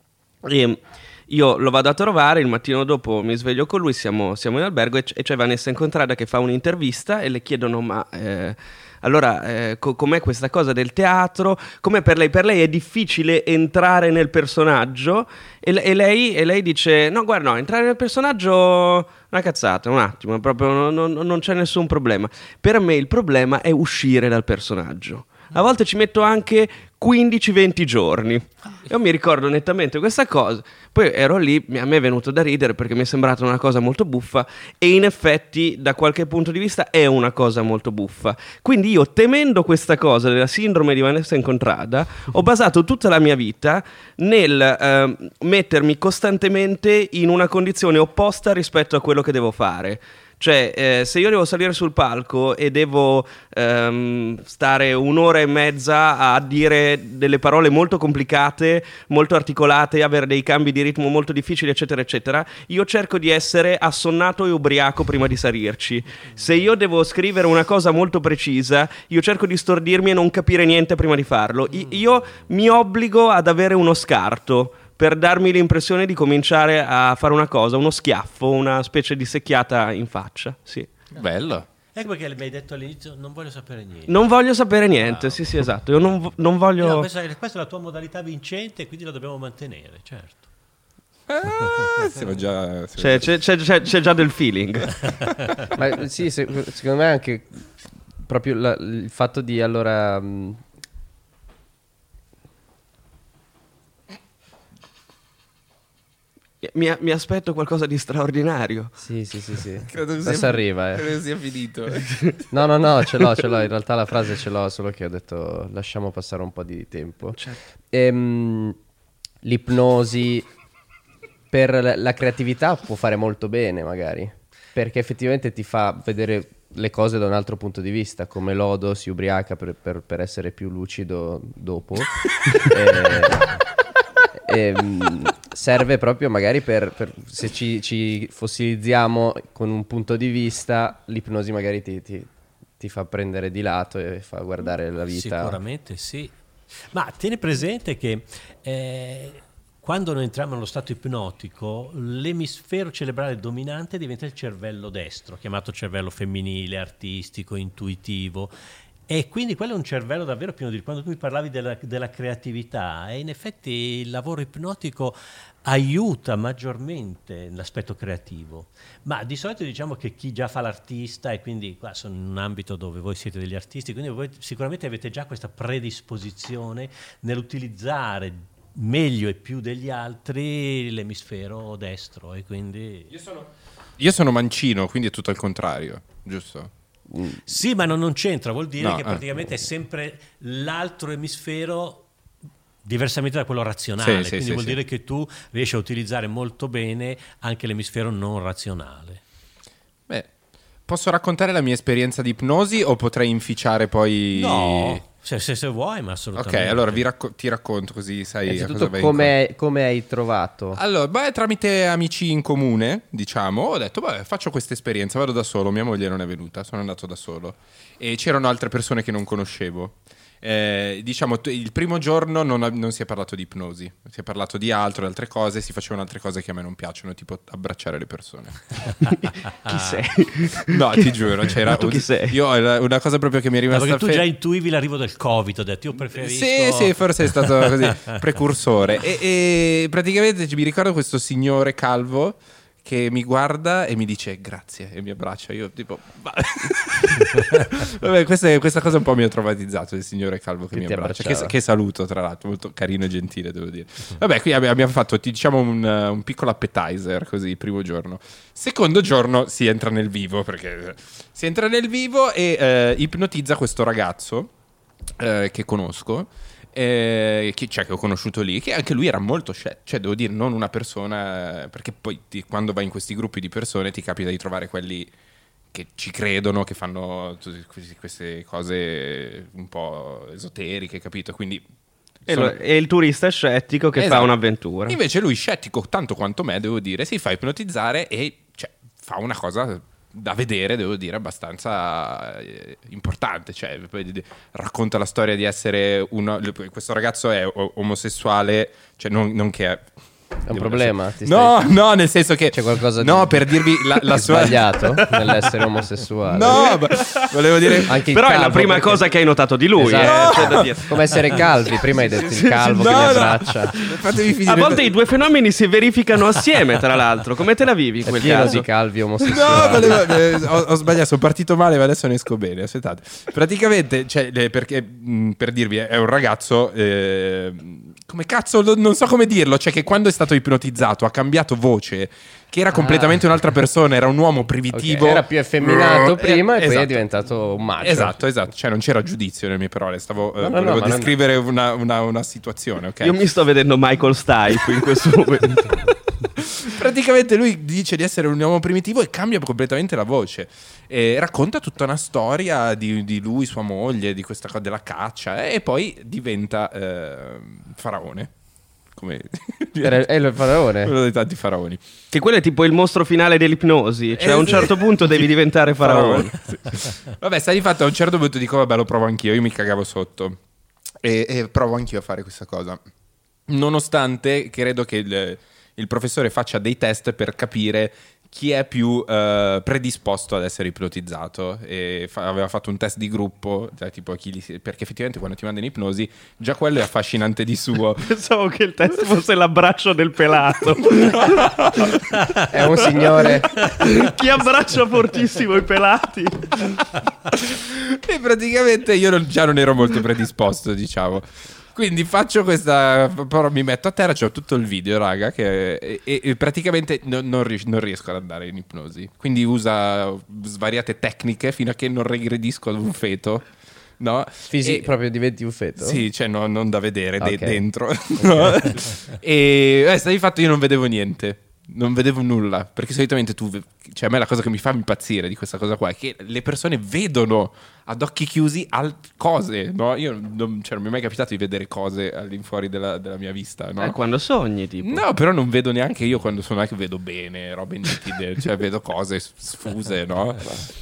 E io lo vado a trovare, il mattino dopo mi sveglio con lui, siamo, siamo in albergo e c- e c'è Vanessa Incontrada che fa un'intervista e le chiedono ma eh, allora eh, co- com'è questa cosa del teatro, com'è per lei? Per lei è difficile entrare nel personaggio e, le- e lei, e lei dice no guarda no, entrare nel personaggio una cazzata, un attimo, proprio non, non- non c'è nessun problema. Per me il problema è uscire dal personaggio. A volte ci metto anche quindici venti giorni. Io mi ricordo nettamente questa cosa. Poi ero lì, mi- a me è venuto da ridere perché mi è sembrata una cosa molto buffa e in effetti da qualche punto di vista è una cosa molto buffa. Quindi io, temendo questa cosa della sindrome di Vanessa Incontrada, ho basato tutta la mia vita nel eh, mettermi costantemente in una condizione opposta rispetto a quello che devo fare. Cioè, eh, se io devo salire sul palco e devo ehm, stare un'ora e mezza a dire delle parole molto complicate, molto articolate, avere dei cambi di ritmo molto difficili, eccetera, eccetera, io cerco di essere assonnato e ubriaco prima di salirci. Se io devo scrivere una cosa molto precisa, io cerco di stordirmi e non capire niente prima di farlo. I- io mi obbligo ad avere uno scarto per darmi l'impressione di cominciare a fare una cosa, uno schiaffo, una specie di secchiata in faccia, sì. Bello. Ecco perché mi hai detto all'inizio non voglio sapere niente. Non voglio sapere niente, sì sì esatto, io non, vo- non voglio... No, questa, è, questa è la tua modalità vincente, quindi la dobbiamo mantenere, certo. Ah, siamo già, siamo C'è, già- c'è- c'è- c'è- c'è già del feeling. Ma sì, se- secondo me anche proprio la- il fatto di allora mh, Mi, mi aspetto qualcosa di straordinario. sì, sì, sì, sì. Credo Adesso sia- arriva, eh. credo sia finito. No, no, no, ce l'ho, ce l'ho. In realtà la frase ce l'ho, solo che ho detto lasciamo passare un po' di tempo. Ehm, l'ipnosi per la- la creatività può fare molto bene, magari, perché effettivamente ti fa vedere le cose da un altro punto di vista, come Lodo si ubriaca per, per- per essere più lucido dopo. E- ehm, serve proprio magari per, per- se ci, ci fossilizziamo con un punto di vista, l'ipnosi magari ti, ti- ti fa prendere di lato e fa guardare la vita. Sicuramente sì. Ma tieni presente che eh, quando noi entriamo nello stato ipnotico, l'emisfero cerebrale dominante diventa il cervello destro, chiamato cervello femminile, artistico, intuitivo. E quindi quello è un cervello davvero pieno di... Quando tu mi parlavi della, della creatività, e in effetti il lavoro ipnotico aiuta maggiormente l'aspetto creativo. Ma di solito diciamo che chi già fa l'artista, e quindi qua sono in un ambito dove voi siete degli artisti, quindi voi sicuramente avete già questa predisposizione nell'utilizzare meglio e più degli altri l'emisfero destro, e quindi... Io sono... Io sono mancino, quindi è tutto al contrario, giusto? Sì, ma non, non c'entra, vuol dire No, che eh. praticamente è sempre l'altro emisfero diversamente da quello razionale, Sì, sì, quindi sì, vuol sì. dire che tu riesci a utilizzare molto bene anche l'emisfero non razionale. Beh, posso raccontare la mia esperienza di ipnosi o potrei inficiare poi... No, se, se, se vuoi, ma Ok, assolutamente. allora vi racco- ti racconto così sai a cosa Innanzitutto, vai come, come hai trovato? incontro. Allora, beh, tramite amici in comune, diciamo, ho detto, beh, faccio questa esperienza, vado da solo, mia moglie non è venuta, sono andato da solo. E c'erano altre persone che non conoscevo. Eh, diciamo, t- il primo giorno non, non si è parlato di ipnosi, si è parlato di altro, di altre cose, si facevano altre cose che a me non piacciono, tipo abbracciare le persone. Chi sei? No, ti giuro, c'era... Ma tu chi sei? Io, una cosa proprio che mi è No, rimasta... perché tu fe- già intuivi l'arrivo del Covid, ho detto io preferisco... Sì, sì, forse è stato così, precursore. E, e praticamente mi ricordo questo signore calvo che mi guarda e mi dice grazie e mi abbraccia. Io tipo vabbè, questa, questa cosa un po' mi ha traumatizzato, il signore calvo che, che mi abbraccia, che, che saluto tra l'altro, molto carino e gentile devo dire. Vabbè, qui abbiamo fatto diciamo un, un piccolo appetizer così il primo giorno. Secondo giorno si entra nel vivo, perché si entra nel vivo e eh, ipnotizza questo ragazzo eh, che conosco. Eh, che, cioè, che ho conosciuto lì, che anche lui era molto scettico, cioè devo dire non una persona, perché poi ti, quando vai in questi gruppi di persone ti capita di trovare quelli che ci credono, che fanno tutte queste cose un po' esoteriche, capito? Quindi e, sono... lo, e il turista scettico che esatto. fa un'avventura. Invece lui scettico tanto quanto me, devo dire, si fa ipnotizzare e cioè, fa una cosa da vedere, devo dire, abbastanza eh, importante. Cioè, poi racconta la storia di essere uno. Questo ragazzo è omosessuale, cioè non, non che è. È un problema? Ti no, stai... no, nel senso che c'è qualcosa no, di... per dirvi la, la sua sbagliato nell'essere omosessuale. No, ma volevo dire anche però calvo, è la prima perché... cosa che hai notato di lui, esatto. eh, c'è da dire. Come essere calvi, prima hai detto il calvo no, che mi no. abbraccia. Fatevi finire. A volte i due fenomeni si verificano assieme, tra l'altro. Come te la vivi in È quel pieno caso? di calvi No, omosessuali. volevo, eh, ho, ho sbagliato, sono partito male, ma adesso ne esco bene. Aspettate. Praticamente, cioè, le, perché mh, per dirvi, è un ragazzo. Eh, come cazzo, lo- non so come dirlo. Cioè, che quando è stato ipnotizzato ha cambiato voce, che era completamente Ah. un'altra persona, era un uomo primitivo. Ok, era più effeminato prima e poi è esatto. diventato un maggio. Esatto, esatto. Cioè, non c'era giudizio nelle mie parole. Stavo, eh, no, volevo no, ma non- descrivere una, una, una situazione, ok? Io mi sto vedendo Michael Stipe in questo momento. Praticamente lui dice di essere un uomo primitivo e cambia completamente la voce. E racconta tutta una storia di, di lui, sua moglie, di questa cosa della caccia, e poi diventa eh, faraone. Come Era- è il faraone. uno dei tanti faraoni. Che quello è tipo il mostro finale dell'ipnosi. Cioè, a un certo punto devi diventare faraone. Sì. Vabbè, sta di fatto a un certo punto dico, vabbè, lo provo anch'io. Io mi cagavo sotto. E, e provo anch'io a fare questa cosa. Nonostante credo che il, il professore faccia dei test per capire chi è più eh, predisposto ad essere ipnotizzato, e fa- aveva fatto un test di gruppo, cioè, tipo chi li- perché effettivamente quando ti mandano in ipnosi già quello è affascinante di suo. Pensavo che il test fosse l'abbraccio del pelato. È un signore. Chi abbraccia fortissimo i pelati? E praticamente io non- già non ero molto predisposto, diciamo. Quindi faccio questa, però mi metto a terra, c'ho tutto il video, raga, che, e, e praticamente non, non ries- non riesco ad andare in ipnosi. Quindi usa svariate tecniche fino a che non regredisco ad un feto, no? Fisi- E- proprio diventi un feto? Sì, cioè no, non da vedere de- Ok. dentro. No? E eh, sta di fatto io non vedevo niente. Non vedevo nulla, perché solitamente tu, ve- cioè a me la cosa che mi fa impazzire di questa cosa qua è che le persone vedono ad occhi chiusi al- cose, no? Io non, cioè, non mi è mai capitato di vedere cose all'infuori della, della mia vista, no? È quando sogni, tipo. No, però non vedo neanche io quando sono, non è che vedo bene, robe nitide, cioè vedo cose s- sfuse, no?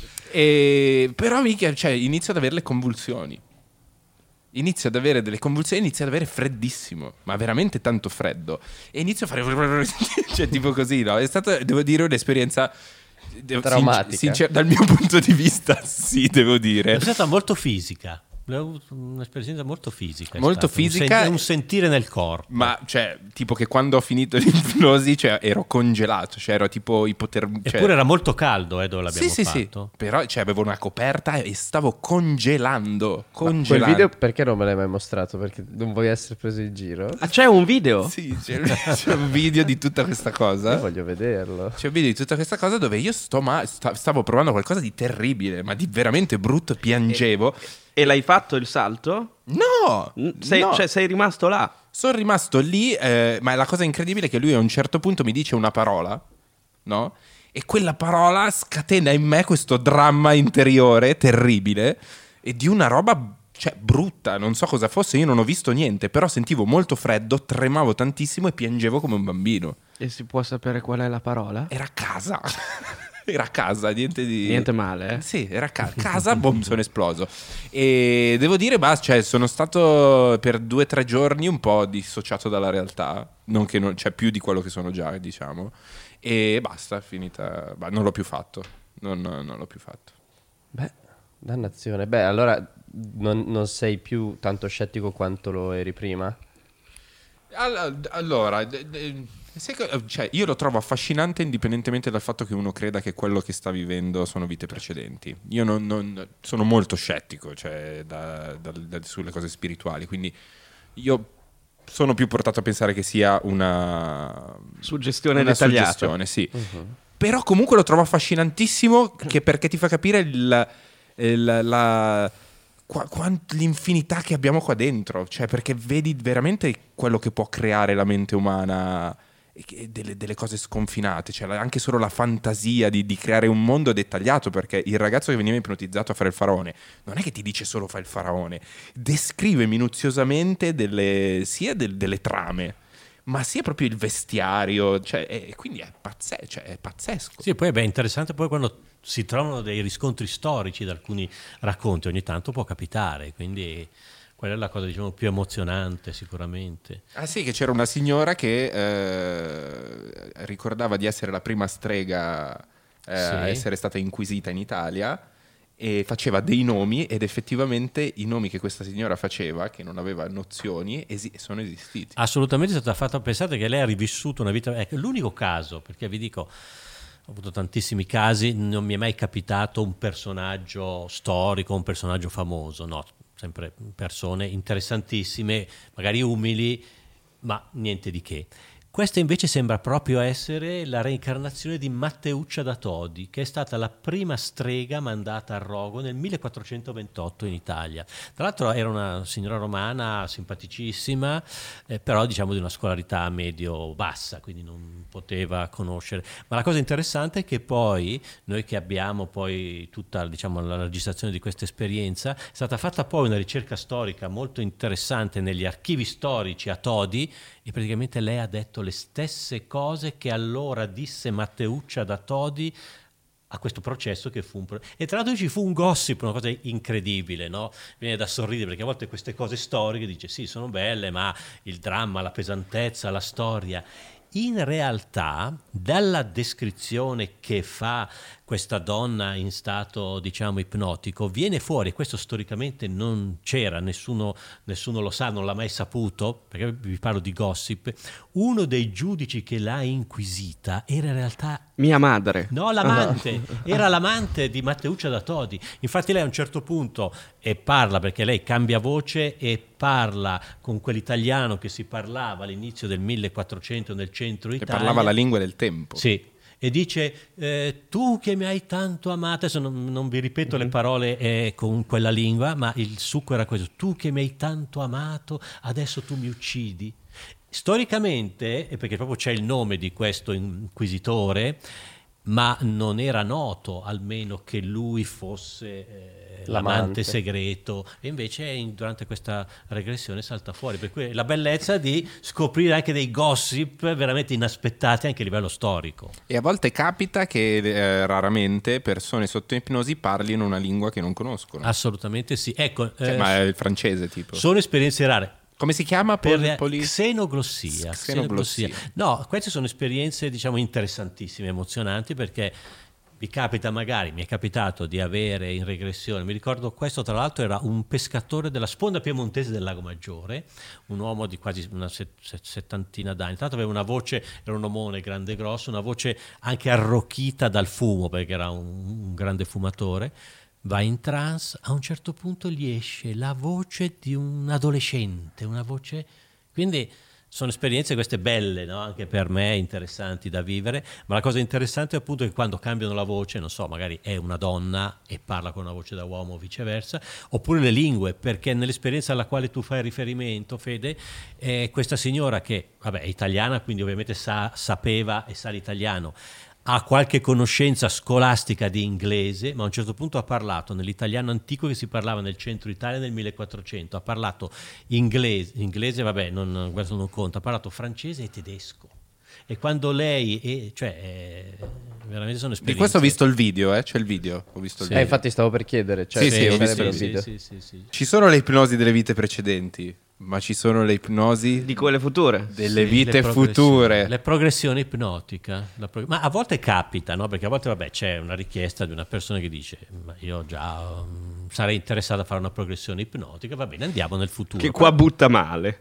E, però mica, cioè, inizio ad avere le convulsioni. Inizio ad avere delle convulsioni, inizio ad avere freddissimo, ma veramente tanto freddo. E inizio a fare cioè tipo così, no? È stata, devo dire, un'esperienza devo- Traumatica. sin- sincer- dal mio punto di vista, sì, devo dire. È stata molto fisica. Ho avuto un'esperienza molto fisica. è Molto stata. Un fisica sen- e- un sentire nel corpo. Ma cioè, tipo che quando ho finito l'ipnosi, cioè ero congelato, cioè ero tipo ipotermico. Cioè... Eppure era molto caldo, eh, dove l'abbiamo Sì, sì, sì. fatto. Però cioè, avevo una coperta e stavo congelando. Quel Congelando. video perché non me l'hai mai mostrato? Perché non vuoi essere preso in giro? Ah, c'è un video? Sì, c'è, c'è un video di tutta questa cosa. Io voglio vederlo. C'è un video di tutta questa cosa dove io sto ma- sta- stavo provando qualcosa di terribile, ma di veramente brutto, piangevo. E l'hai fatto il salto? No! Sei, no. Cioè, sei rimasto là? Sono rimasto lì, eh, ma la cosa incredibile è che lui a un certo punto mi dice una parola, no? E quella parola scatena in me questo dramma interiore terribile e di una roba, cioè, brutta, non so cosa fosse, io non ho visto niente, però sentivo molto freddo, tremavo tantissimo e piangevo come un bambino. E si può sapere qual è la parola? Era a casa. Era a casa, niente di... Niente male, eh? Sì, era a ca- casa, boom, sono esploso. E devo dire, basta, cioè, sono stato per due o tre giorni un po' dissociato dalla realtà, non che non, cioè più di quello che sono già, diciamo. E basta, finita, bah, non l'ho più fatto, non, non l'ho più fatto. Beh, dannazione. Beh, allora non, non sei più tanto scettico quanto lo eri prima? All- Allora, d- d- Cioè, io lo trovo affascinante indipendentemente dal fatto che uno creda che quello che sta vivendo sono vite precedenti. Io non, non, sono molto scettico, cioè, da, da, da, sulle cose spirituali, quindi io sono più portato a pensare che sia una suggestione una dettagliata. Suggestione, sì. Uh-huh. Però comunque lo trovo affascinantissimo che perché ti fa capire il, il, la, qua, quant, l'infinità che abbiamo qua dentro, cioè perché vedi veramente quello che può creare la mente umana. Delle, delle cose sconfinate, cioè anche solo la fantasia di, di creare un mondo dettagliato, perché il ragazzo che veniva ipnotizzato a fare il faraone non è che ti dice solo fai il faraone, descrive minuziosamente delle, sia del, delle trame, ma sia proprio il vestiario, cioè, e quindi è, pazze, cioè, è pazzesco. Sì, poi è interessante poi quando si trovano dei riscontri storici da alcuni racconti, ogni tanto può capitare, quindi quella è la cosa, diciamo, più emozionante sicuramente. Ah sì, che c'era una signora che eh, ricordava di essere la prima strega eh, Sì. a essere stata inquisita in Italia e faceva dei nomi ed effettivamente i nomi che questa signora faceva, che non aveva nozioni, esi- sono esistiti. Assolutamente è stata fatta, pensate che lei ha rivissuto una vita, ecco, l'unico caso, perché vi dico, ho avuto tantissimi casi, non mi è mai capitato un personaggio storico, un personaggio famoso, no, sempre persone interessantissime, magari umili, ma niente di che. Questa invece sembra proprio essere la reincarnazione di Matteuccia da Todi, che è stata la prima strega mandata a rogo nel millequattrocentoventotto in Italia. Tra l'altro era una signora romana simpaticissima, eh, però diciamo di una scolarità medio-bassa, quindi non poteva conoscere. Ma la cosa interessante è che poi, noi che abbiamo poi tutta, diciamo, la registrazione di questa esperienza, è stata fatta poi una ricerca storica molto interessante negli archivi storici a Todi, e praticamente lei ha detto le stesse cose che allora disse Matteuccia da Todi a questo processo che fu un pro- e tra l'altro ci fu un gossip, una cosa incredibile, no? Viene da sorridere perché a volte queste cose storiche dice sì, sono belle, ma il dramma, la pesantezza, la storia. In realtà, dalla descrizione che fa questa donna in stato, diciamo, ipnotico, viene fuori, questo storicamente non c'era, nessuno, nessuno lo sa, non l'ha mai saputo, perché vi parlo di gossip, uno dei giudici che l'ha inquisita era in realtà... Mia madre. No, l'amante, era l'amante di Matteuccia da Todi. Infatti lei a un certo punto e parla, perché lei cambia voce e parla con quell'italiano che si parlava all'inizio del millequattrocento nel centro Che Italia. parlava la lingua del tempo. Sì, e dice eh, tu che mi hai tanto amato, adesso non, non vi ripeto le parole eh, con quella lingua, ma il succo era questo: tu che mi hai tanto amato, adesso tu mi uccidi. Storicamente, e perché proprio c'è il nome di questo inquisitore, ma non era noto almeno che lui fosse eh, l'amante. l'amante segreto, e invece in, durante questa regressione salta fuori, per cui la bellezza di scoprire anche dei gossip veramente inaspettati anche a livello storico. E a volte capita che eh, raramente persone sotto ipnosi parlino una lingua che non conoscono. Assolutamente sì, ecco, Cioè, eh, ma è il francese tipo. sono esperienze rare. Come si chiama? Per Pol- poli- xenoglossia, Xenoglossia. xenoglossia. No, queste sono esperienze, diciamo, interessantissime, emozionanti, perché vi capita, magari mi è capitato di avere in regressione, mi ricordo questo tra l'altro era un pescatore della sponda piemontese del Lago Maggiore, un uomo di quasi una set- set- settantina d'anni, tra l'altro aveva una voce, era un omone grande e grosso, una voce anche arrocchita dal fumo perché era un, un grande fumatore. Va in trance, a un certo punto gli esce la voce di un adolescente, una voce... Quindi sono esperienze queste belle, no? Anche per me, interessanti da vivere, ma la cosa interessante appunto è che quando cambiano la voce, non so, magari è una donna e parla con una voce da uomo o viceversa, oppure le lingue, perché nell'esperienza alla quale tu fai riferimento, Fede, è questa signora che, vabbè, è italiana, quindi ovviamente sa, sapeva e sa l'italiano, ha qualche conoscenza scolastica di inglese, ma a un certo punto ha parlato nell'italiano antico che si parlava nel centro Italia nel millequattrocento, ha parlato inglese, inglese vabbè, non, questo non conta, ha parlato francese e tedesco. E quando lei, è, cioè, è, veramente sono esperienze. Di questo ho visto il video, eh? C'è il video. Ho visto il Eh, video. infatti stavo per chiedere. Cioè, Sì, sì, ho sarebbe visto il il video. Sì, sì, sì. Ci sono le ipnosi delle vite precedenti. Ma ci sono le ipnosi Di quelle future. delle Sì, vite le progressioni- future. Le progressioni ipnotica. La pro- ma a volte capita, no? Perché a volte, vabbè, c'è una richiesta di una persona che dice: ma io già um, sarei interessato a fare una progressione ipnotica, va bene, andiamo nel futuro. Che qua butta male.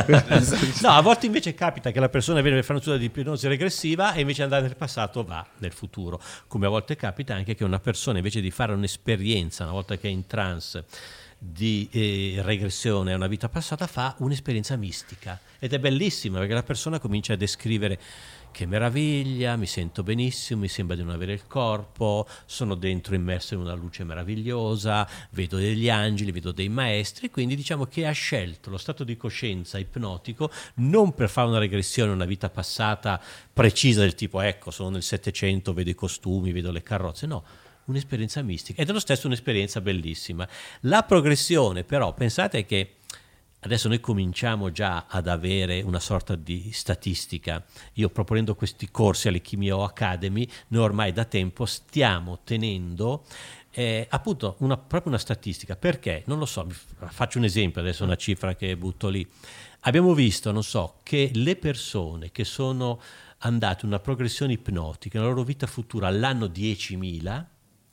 No, a volte invece capita che la persona viene per fare una studio di ipnosi regressiva e invece di andare nel passato va nel futuro. Come a volte capita anche che una persona, invece di fare un'esperienza, una volta che è in trance, di eh, regressione a una vita passata, fa un'esperienza mistica, ed è bellissima perché la persona comincia a descrivere: che meraviglia, mi sento benissimo, mi sembra di non avere il corpo, sono dentro immerso in una luce meravigliosa, vedo degli angeli, vedo dei maestri. Quindi diciamo che ha scelto lo stato di coscienza ipnotico non per fare una regressione a una vita passata precisa del tipo ecco sono nel Settecento, vedo i costumi, vedo le carrozze, no, un'esperienza mistica, ed è lo stesso un'esperienza bellissima. La progressione però, pensate che adesso noi cominciamo già ad avere una sorta di statistica. Io, proponendo questi corsi all'Chimio Academy, noi ormai da tempo stiamo tenendo eh, appunto una, proprio una statistica. Perché? Non lo so, vi faccio un esempio, adesso una cifra che butto lì. Abbiamo visto, non so, che le persone che sono andate in una progressione ipnotica nella loro vita futura all'anno diecimila,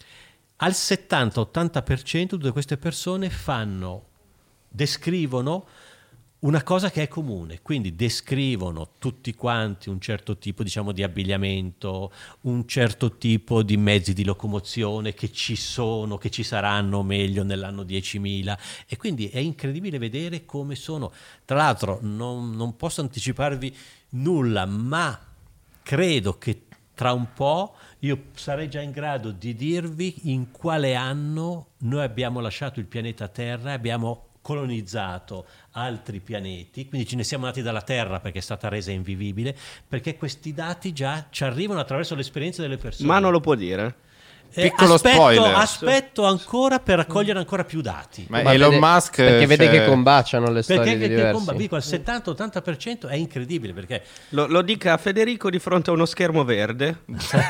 al settanta ottanta per cento tutte queste persone fanno, descrivono una cosa che è comune, quindi descrivono tutti quanti un certo tipo, diciamo, di abbigliamento, un certo tipo di mezzi di locomozione che ci sono, che ci saranno meglio nell'anno diecimila, e quindi è incredibile vedere come sono. Tra l'altro non, non posso anticiparvi nulla, ma credo che tra un po' io sarei già in grado di dirvi in quale anno noi abbiamo lasciato il pianeta Terra, abbiamo colonizzato altri pianeti, quindi ce ne siamo andati dalla Terra perché è stata resa invivibile, perché questi dati già ci arrivano attraverso l'esperienza delle persone. Ma non lo può dire. Eh, Piccolo aspetto, spoiler. aspetto ancora per raccogliere ancora più dati. Ma Ma Elon vede- Musk, perché vede cioè- che combaciano le storie Perché di che, che diversi. comba, dico, al settanta ottanta per cento è incredibile, perché Lo, lo dica a Federico di fronte a uno schermo verde.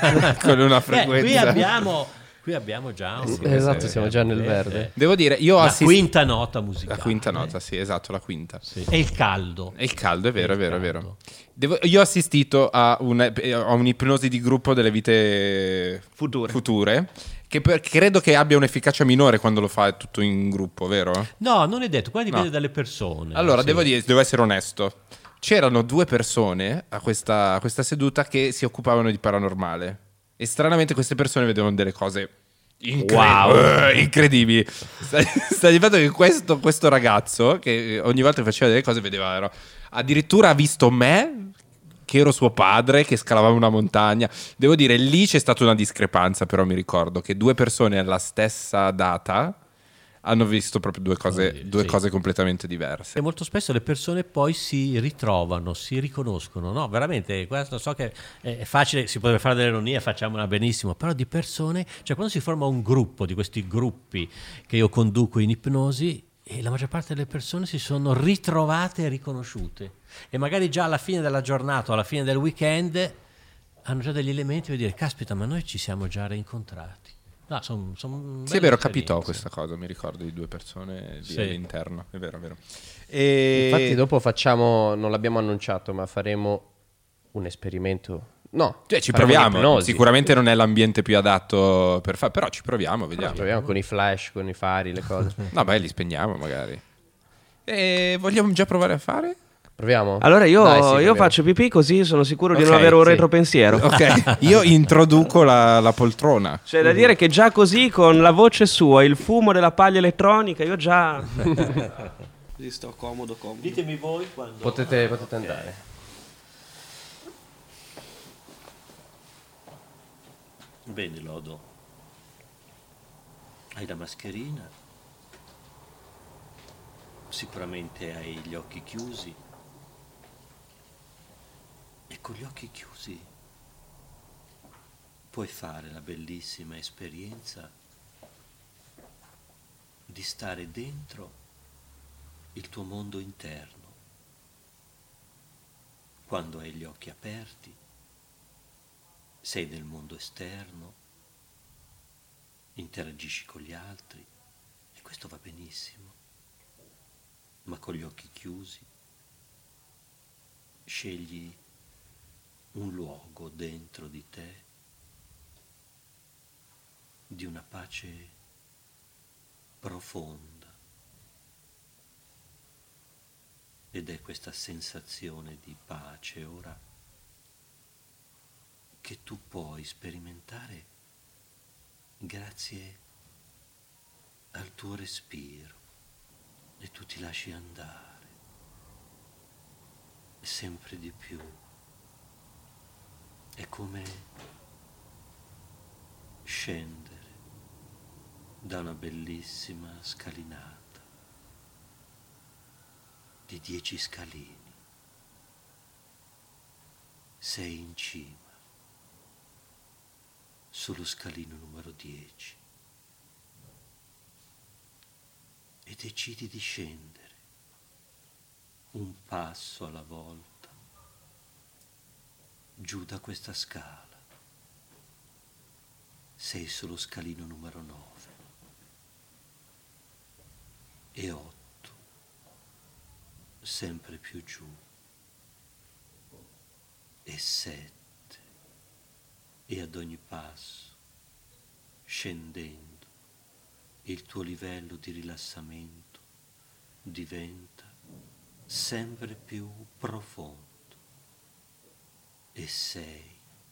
con una eh, frequenza. qui abbiamo qui abbiamo già un- Esatto, eh, siamo già nel verde. Devo dire, io ho la assistito quinta nota musicale. la quinta nota, sì, esatto, la quinta. Sì. E il caldo. E il caldo, è vero, è Il vero, è caldo. vero. Devo- io ho assistito a, una- a un'ipnosi di gruppo delle vite Future. future, che per- credo che abbia un'efficacia minore quando lo fa tutto in gruppo, vero? No, non è detto, qua dipende No. dalle persone. Allora, Sì. devo, dire, devo essere onesto. C'erano due persone a questa, a questa seduta che si occupavano di paranormale. E stranamente queste persone vedevano delle cose incre- Wow. eh, incredibili. Sta, sta di fatto che questo, questo ragazzo, che ogni volta che faceva delle cose, vedeva. Ero, addirittura ha visto me, che ero suo padre, che scalavamo una montagna. Devo dire, lì c'è stata una discrepanza, però mi ricordo che due persone alla stessa data hanno visto proprio due cose, Sì, due sì. cose completamente diverse. E molto spesso le persone poi si ritrovano, si riconoscono, no? Veramente, questo so che è facile, si potrebbe fare dell'ironia, facciamola benissimo, però di persone, cioè quando si forma un gruppo di questi gruppi che io conduco in ipnosi, e la maggior parte delle persone si sono ritrovate e riconosciute, e magari già alla fine della giornata o alla fine del weekend hanno già degli elementi per dire: caspita, ma noi ci siamo già rincontrati. No, son, son Sì, è belle vero, capitò esperienze. questa cosa, mi ricordo di due persone lì Sì. all'interno, è vero, è vero. E... Infatti dopo facciamo, non l'abbiamo annunciato, ma faremo un esperimento. No, Cioè, ci faremo proviamo, un'ipnosi. sicuramente non è l'ambiente più adatto per fare, però ci proviamo, vediamo. Proviamo con i flash, con i fari, le cose. No, beh, li spegniamo magari. E vogliamo già provare a fare? Proviamo? Allora io, Dai, sì, io proviamo. faccio pipì, così sono sicuro di Ok, non avere un sì. retropensiero. Ok, io introduco la, la poltrona. C'è da dire che già così, con la voce sua, il fumo della paglia elettronica, io già... Così sto comodo, comodo. Ditemi voi quando... Potete, potete andare. Bene, Lodo. Hai la mascherina? Sicuramente hai gli occhi chiusi. E con gli occhi chiusi puoi fare la bellissima esperienza di stare dentro il tuo mondo interno. Quando hai gli occhi aperti, sei nel mondo esterno, interagisci con gli altri, e questo va benissimo. ma con gli occhi chiusi, scegli un luogo dentro di te di una pace profonda, ed è questa sensazione di pace ora che tu puoi sperimentare grazie al tuo respiro, e tu ti lasci andare sempre di più. È come scendere da una bellissima scalinata di dieci scalini. Sei in cima, sullo scalino numero dieci, e decidi di scendere un passo alla volta giù da questa scala. Sei sullo scalino numero nove e otto, sempre più giù, e sette, e ad ogni passo, scendendo, il tuo livello di rilassamento diventa sempre più profondo, e sei,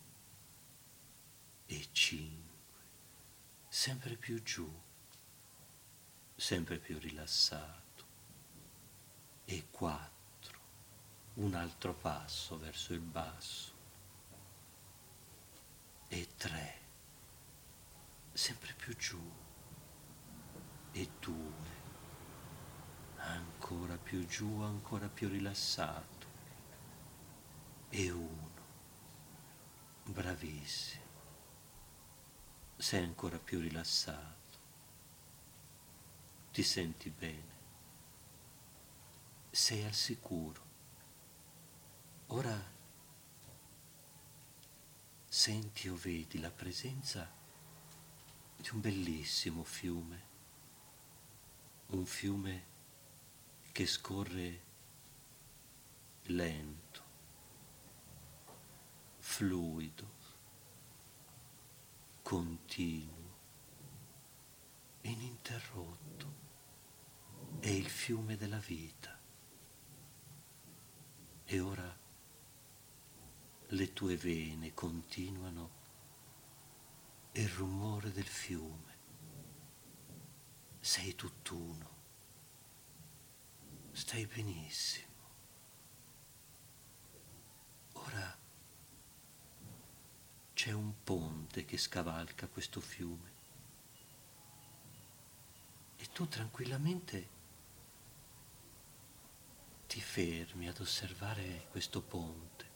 e cinque, sempre più giù, sempre più rilassato, e quattro, un altro passo verso il basso, e tre, sempre più giù, e due, ancora più giù, ancora più rilassato, e uno, bravissimo, sei ancora più rilassato, ti senti bene, sei al sicuro. Ora senti o vedi la presenza di un bellissimo fiume, un fiume che scorre lento, fluido, continuo, ininterrotto. È il fiume della vita. E ora le tue vene continuano il rumore del fiume. Sei tutt'uno. Stai benissimo. Ora c'è un ponte che scavalca questo fiume e tu tranquillamente ti fermi ad osservare questo ponte.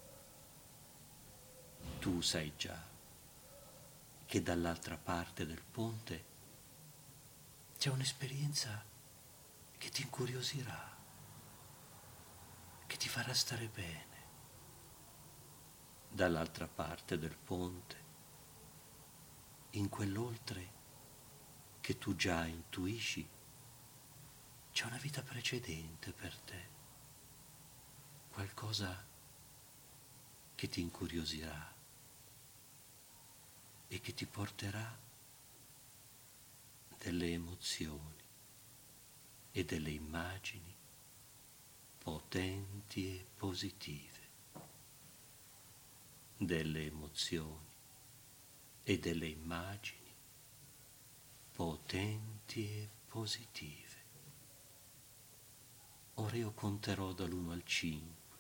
Tu sai già che dall'altra parte del ponte c'è un'esperienza che ti incuriosirà, che ti farà stare bene. Dall'altra parte del ponte, in quell'oltre che tu già intuisci, c'è una vita precedente per te, qualcosa che ti incuriosirà e che ti porterà delle emozioni e delle immagini potenti e positive, delle emozioni e delle immagini potenti e positive. Ora io conterò dall'uno al cinque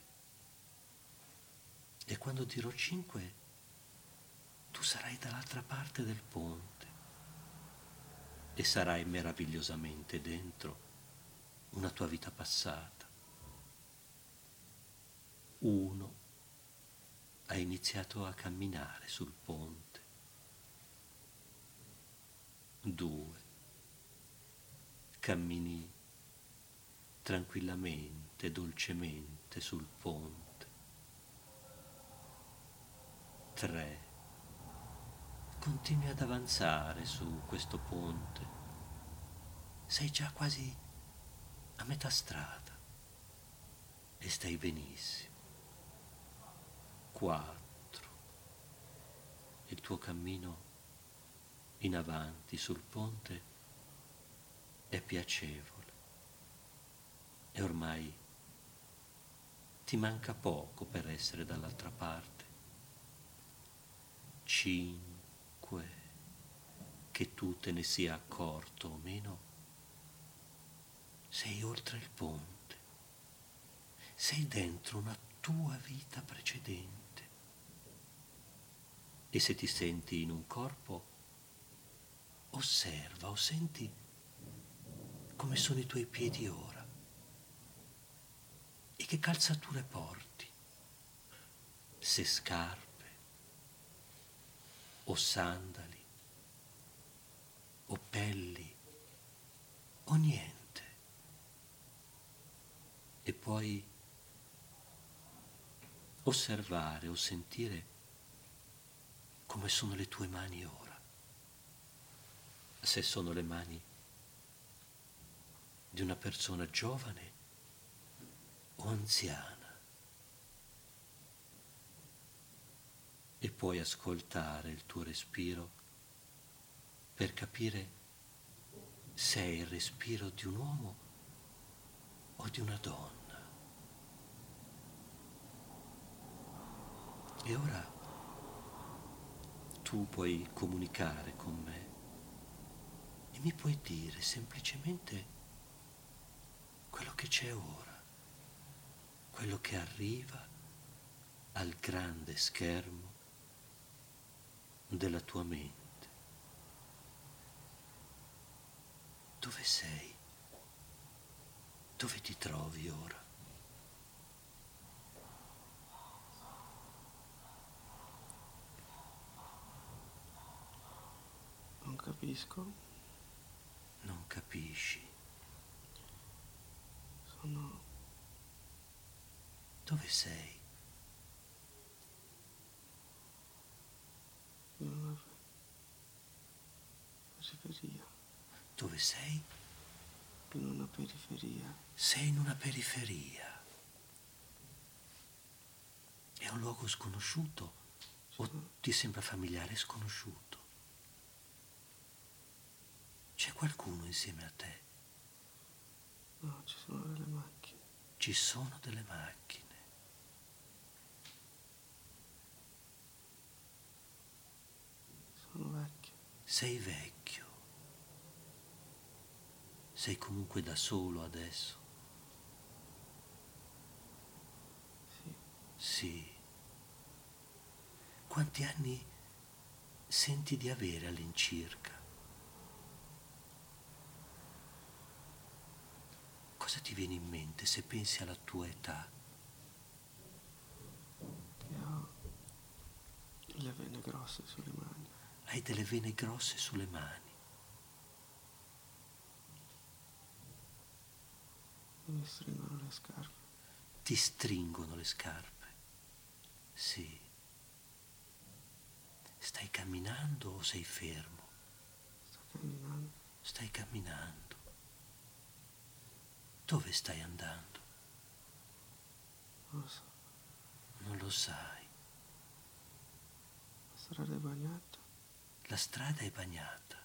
e quando dirò cinque tu sarai dall'altra parte del ponte e sarai meravigliosamente dentro una tua vita passata. Uno, hai iniziato a camminare sul ponte. Due, cammini tranquillamente, dolcemente sul ponte. Tre, continui ad avanzare su questo ponte. Sei già quasi a metà strada e stai benissimo. Quattro. Il tuo cammino in avanti sul ponte è piacevole e ormai ti manca poco per essere dall'altra parte. Cinque. Che tu te ne sia accorto o meno, sei oltre il ponte, sei dentro una tua vita precedente e se ti senti in un corpo, osserva o senti come sono i tuoi piedi ora e che calzature porti, se scarpe o sandali o pelli o niente. E puoi osservare o sentire come sono le tue mani ora, se sono le mani di una persona giovane o anziana. E puoi ascoltare il tuo respiro per capire se è il respiro di un uomo o di una donna. E ora tu puoi comunicare con me e mi puoi dire semplicemente quello che c'è ora, quello che arriva al grande schermo della tua mente. Dove sei? Dove ti trovi ora? Non capisco. Non capisci. Sono... Dove sei? in una periferia. Dove sei? In una periferia. Sei in una periferia. È un luogo sconosciuto o ti sembra familiare e sconosciuto? C'è qualcuno insieme a te? No, ci sono delle macchine. Ci sono delle macchine. Sono vecchio. Sei vecchio. Sei comunque da solo adesso? Sì. Sì. Quanti anni senti di avere all'incirca? Cosa ti viene in mente se pensi alla tua età? Che ho le vene grosse sulle mani. Hai delle vene grosse sulle mani. Mi stringono le scarpe. Ti stringono le scarpe? Sì. Stai camminando o sei fermo? Sto camminando. Stai camminando. Dove stai andando? Non lo so. Non lo sai. La strada è bagnata. La strada è bagnata.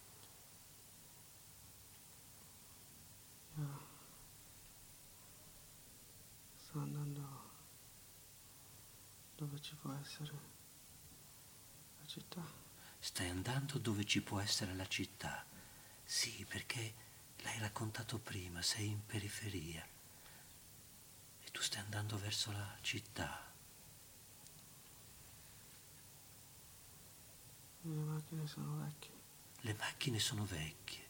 Io sto andando dove ci può essere la città. Stai andando dove ci può essere la città. Sì, perché l'hai raccontato prima, sei in periferia. E tu stai andando verso la città. Le macchine sono vecchie. Le macchine sono vecchie.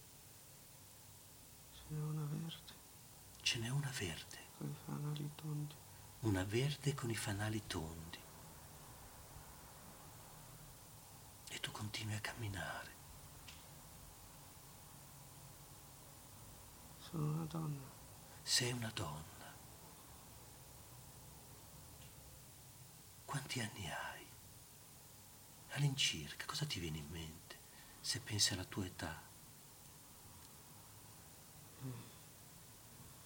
Ce n'è una verde. Ce n'è una verde. Con i fanali tondi. Una verde con i fanali tondi. E tu continui a camminare. Sono una donna. Sei una donna. Quanti anni hai? All'incirca, cosa ti viene in mente se pensi alla tua età?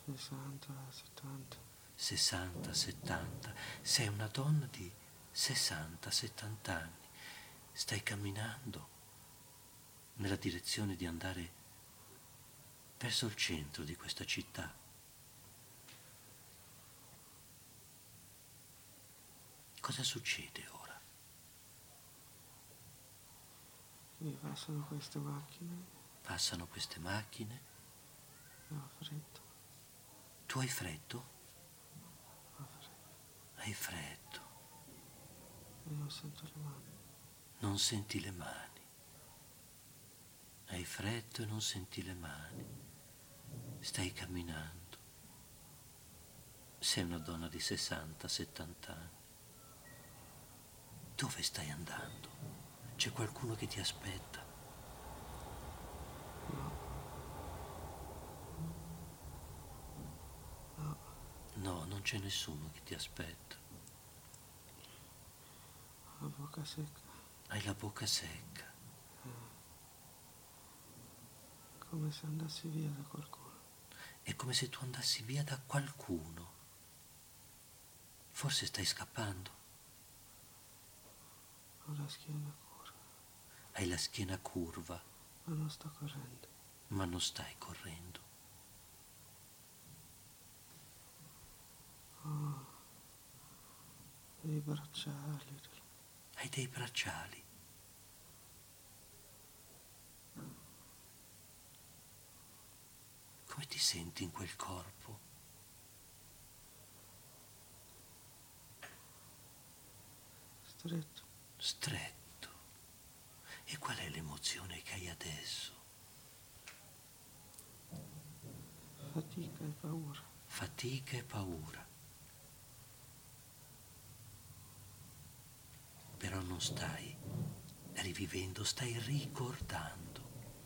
sessanta, settanta. sessanta, settanta. Sei una donna di sessanta, settanta anni. Stai camminando nella direzione di andare verso il centro di questa città. Cosa succede ora? Mi passano queste macchine. Passano queste macchine. E ho freddo. Tu hai freddo? Ho freddo. Hai freddo. E non sento le mani. Non senti le mani. Hai freddo e non senti le mani. Stai camminando. Sei una donna di sessanta, settanta anni. Dove stai andando? C'è qualcuno che ti aspetta? No. No, non c'è nessuno che ti aspetta. Ho la bocca secca. Hai la bocca secca. Come se andassi via da qualcuno. È come se tu andassi via da qualcuno. Forse stai scappando. Ho la schiena curva. Hai la schiena curva, Ma non sto correndo. ma non stai correndo. Ho dei bracciali. Hai dei bracciali. Come ti senti in quel corpo? Stretto. Stretto. E qual è l'emozione che hai adesso? Fatica e paura. Fatica e paura. Però non stai rivivendo, stai ricordando.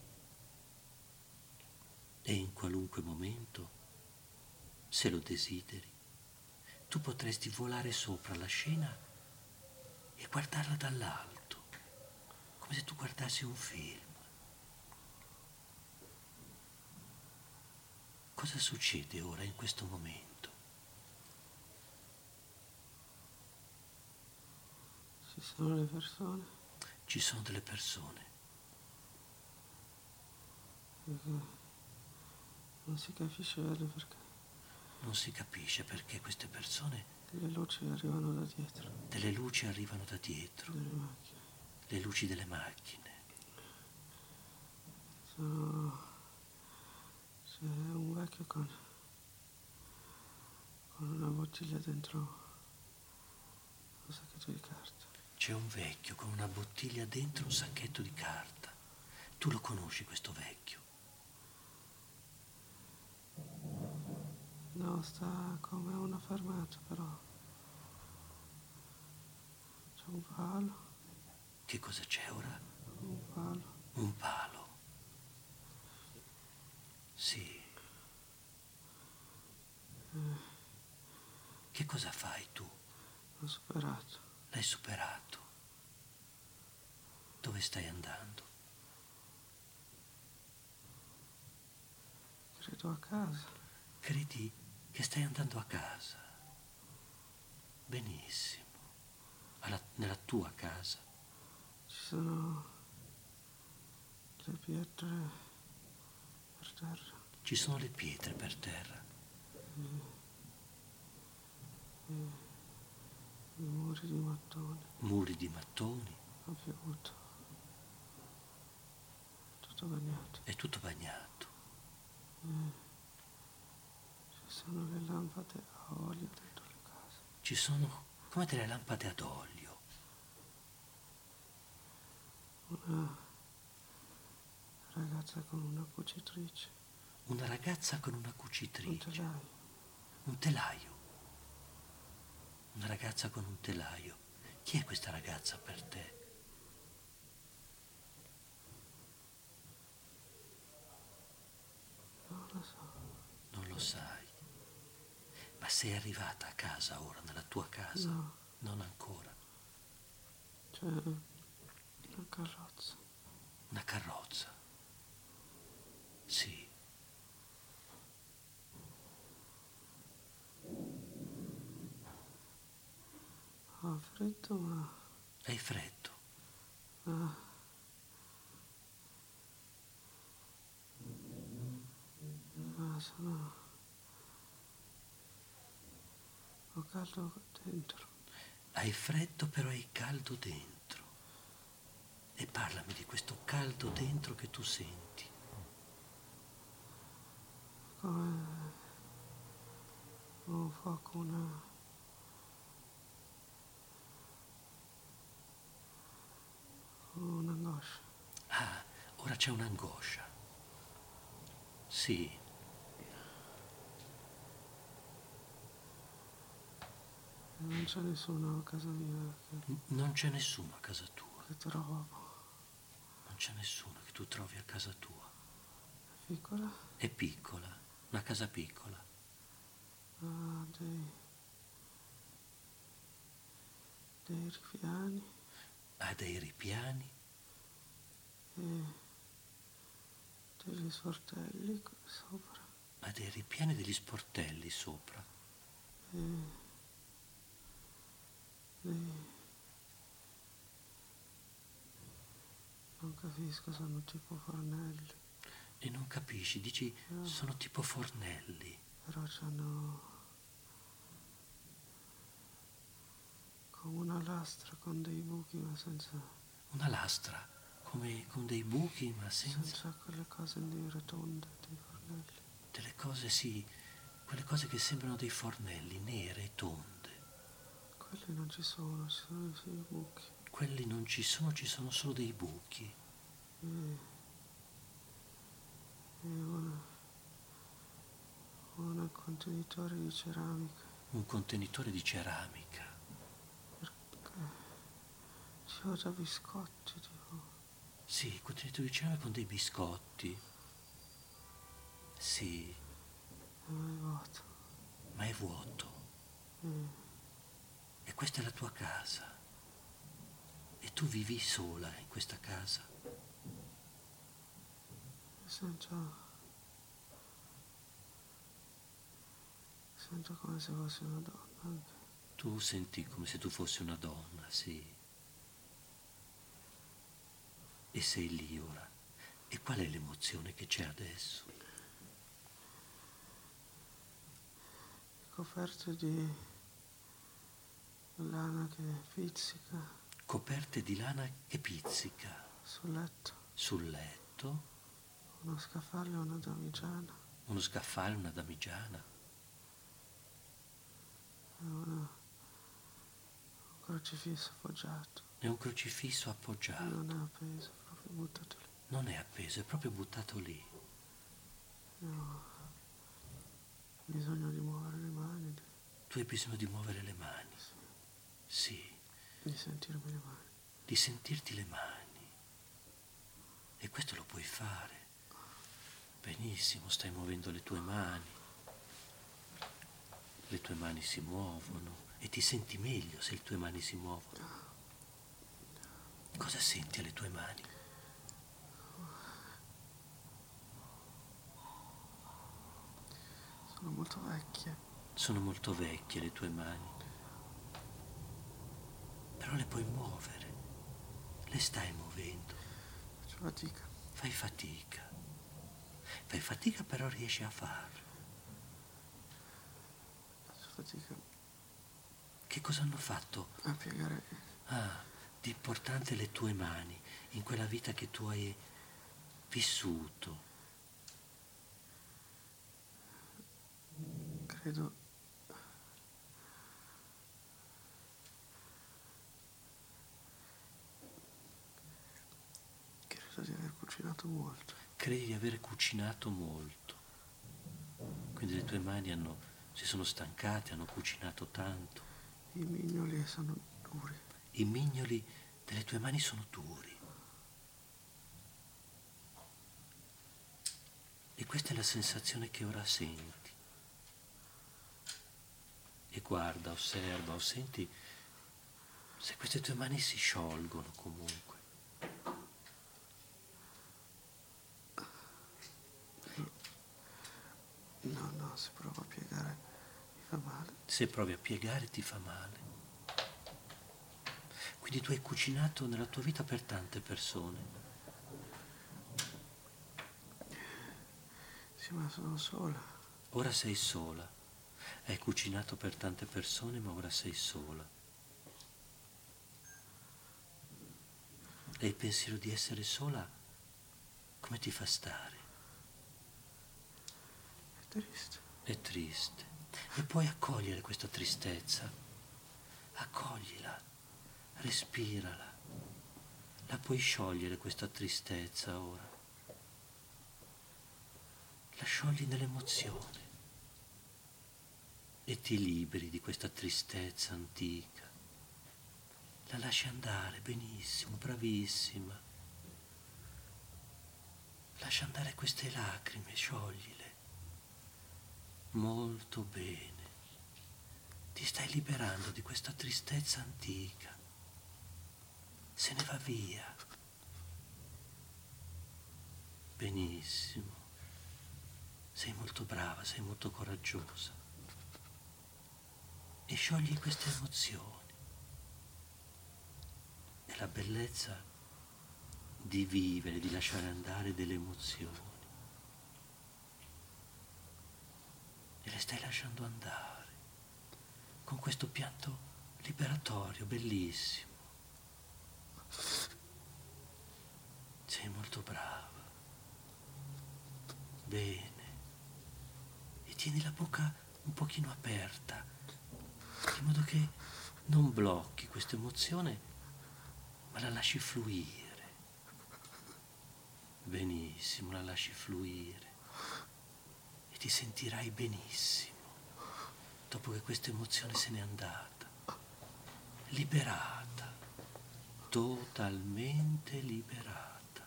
E in qualunque momento, se lo desideri, tu potresti volare sopra la scena e guardarla dall'alto, come se tu guardassi un film. Cosa succede ora in questo momento? Ci sono le persone. Ci sono delle persone. Perché non si capisce bene perché. Non si capisce perché queste persone, Le luci arrivano da dietro. delle luci arrivano da dietro, Delle macchine. le luci delle macchine. Sono... C'è un vecchio con... con una bottiglia dentro un sacchetto di carta. C'è un vecchio con una bottiglia dentro un sacchetto di carta. Tu lo conosci questo vecchio? No, sta come una fermata, però. C'è un palo. Che cosa c'è ora? Un palo. Un palo. Sì. Che cosa fai tu? L'ho superato. L'hai superato. Dove stai andando? Credo a casa. Credi che stai andando a casa? Benissimo. Alla- nella tua casa. Ci sono le pietre per terra. Ci sono le pietre per terra. I muri di mattoni. Muri di mattoni. Ha piovuto. Tutto bagnato. È tutto bagnato. Ci sono le lampade a olio dentro le case. Ci sono come delle lampade ad olio. Una ragazza con una cucitrice. Una ragazza con una Un cucitrice. telaio. Un telaio. Una ragazza con un telaio. Chi è questa ragazza per te? Non lo so. Non lo sai. Ma sei arrivata a casa ora, nella tua casa? No. Non ancora. C'è una carrozza. Una carrozza. Sì. freddo, ma... Hai freddo? Ah. Ma sono... Ho caldo dentro. Hai freddo però hai caldo dentro. E parlami di questo caldo dentro che tu senti. Come un fuoco, una... un'angoscia. Ah, ora c'è un'angoscia. Sì. Non c'è nessuno a casa mia che... Non c'è nessuno a casa tua. Che trovo. Non c'è nessuno che tu trovi a casa tua. È piccola? È piccola, una casa piccola. Ha dei... dei ripiani. Ha dei ripiani. E degli sportelli sopra. Ha dei ripiani e degli sportelli sopra. E dei... non capisco, sono tipo fornelli. E non capisci, dici No. sono tipo fornelli. Però c'hanno come una lastra con dei buchi, ma senza... Una lastra, come con dei buchi ma senza... senza quelle cose nere tonde dei fornelli. Delle cose, sì, quelle cose che sembrano dei fornelli, nere e tonde. Quelli non ci sono, ci sono solo i buchi. Quelli non ci sono, ci sono solo dei buchi. E, e una, un contenitore di ceramica. Un contenitore di ceramica. Perché ci ho già biscotti, tipo. Sì, il contenitore di ceramica con dei biscotti. Sì, E mai vuoto. ma è vuoto. E E questa è la tua casa. E tu vivi sola in questa casa. sento... sento come se fossi una donna anche. Tu senti come se tu fossi una donna, sì. E sei lì ora. E qual è l'emozione che c'è adesso? Coperte di lana che pizzica Coperte di lana che pizzica. sul letto. Sul letto. Uno scaffale e una damigiana. Uno scaffale, una damigiana. E una... un crocifisso appoggiato. E un crocifisso appoggiato. Non è appeso, proprio buttato lì. Non è appeso, è proprio buttato lì. Io ho bisogno di muovere le mani, di, Tu hai bisogno di muovere le mani. Sì, di sentirmi le mani. di sentirti le mani. E questo lo puoi fare. Benissimo, stai muovendo le tue mani. Le tue mani si muovono e ti senti meglio se le tue mani si muovono. Cosa senti alle tue mani? Sono molto vecchie. Sono molto vecchie le tue mani. Però le puoi muovere. Le stai muovendo. Faccio fatica. Fai fatica. Fai fatica però riesci a farlo. Faccio fatica Che cosa hanno fatto? a piegare. Ah, di importante le tue mani in quella vita che tu hai vissuto. Credo... credo di aver cucinato molto. Credi di aver cucinato molto. Quindi le tue mani hanno, si sono stancate, hanno cucinato tanto. I mignoli sono duri. I mignoli delle tue mani sono duri. E questa è la sensazione che ora senti. E guarda, osserva, o senti se queste tue mani si sciolgono comunque. No, no, se provo a piegare mi fa male. Se provi a piegare ti fa male. Quindi tu hai cucinato nella tua vita per tante persone. Sì, ma sono sola. Ora sei sola. Hai cucinato per tante persone, ma ora sei sola. E il pensiero di essere sola, come ti fa stare? È triste. È triste. E puoi accogliere questa tristezza. Accoglila, respirala. La puoi sciogliere questa tristezza ora. La sciogli nell'emozione e ti liberi di questa tristezza antica. La lasci andare, benissimo, bravissima. Lascia andare queste lacrime, scioglile. Molto bene. Ti stai liberando di questa tristezza antica. Se ne va via. Benissimo. Sei molto brava, sei molto coraggiosa. E sciogli queste emozioni. È la bellezza di vivere, di lasciare andare delle emozioni. E le stai lasciando andare con questo pianto liberatorio, bellissimo. Sei molto brava. Bene. E tieni la bocca un pochino aperta, in modo che non blocchi questa emozione, ma la lasci fluire. Benissimo, la lasci fluire. E ti sentirai benissimo, dopo che questa emozione se n'è andata. Liberata, totalmente liberata.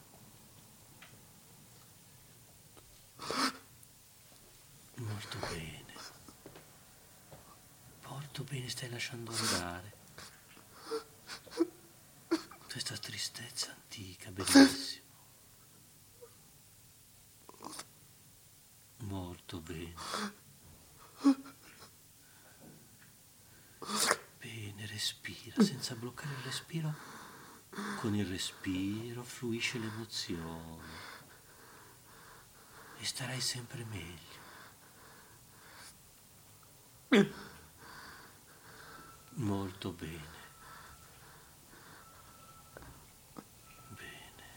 Molto bene. Molto bene, stai lasciando andare questa tristezza antica, bellissimo. Molto bene. Bene, respira, senza bloccare il respiro. Con il respiro fluisce l'emozione e starai sempre meglio. Molto bene. Bene.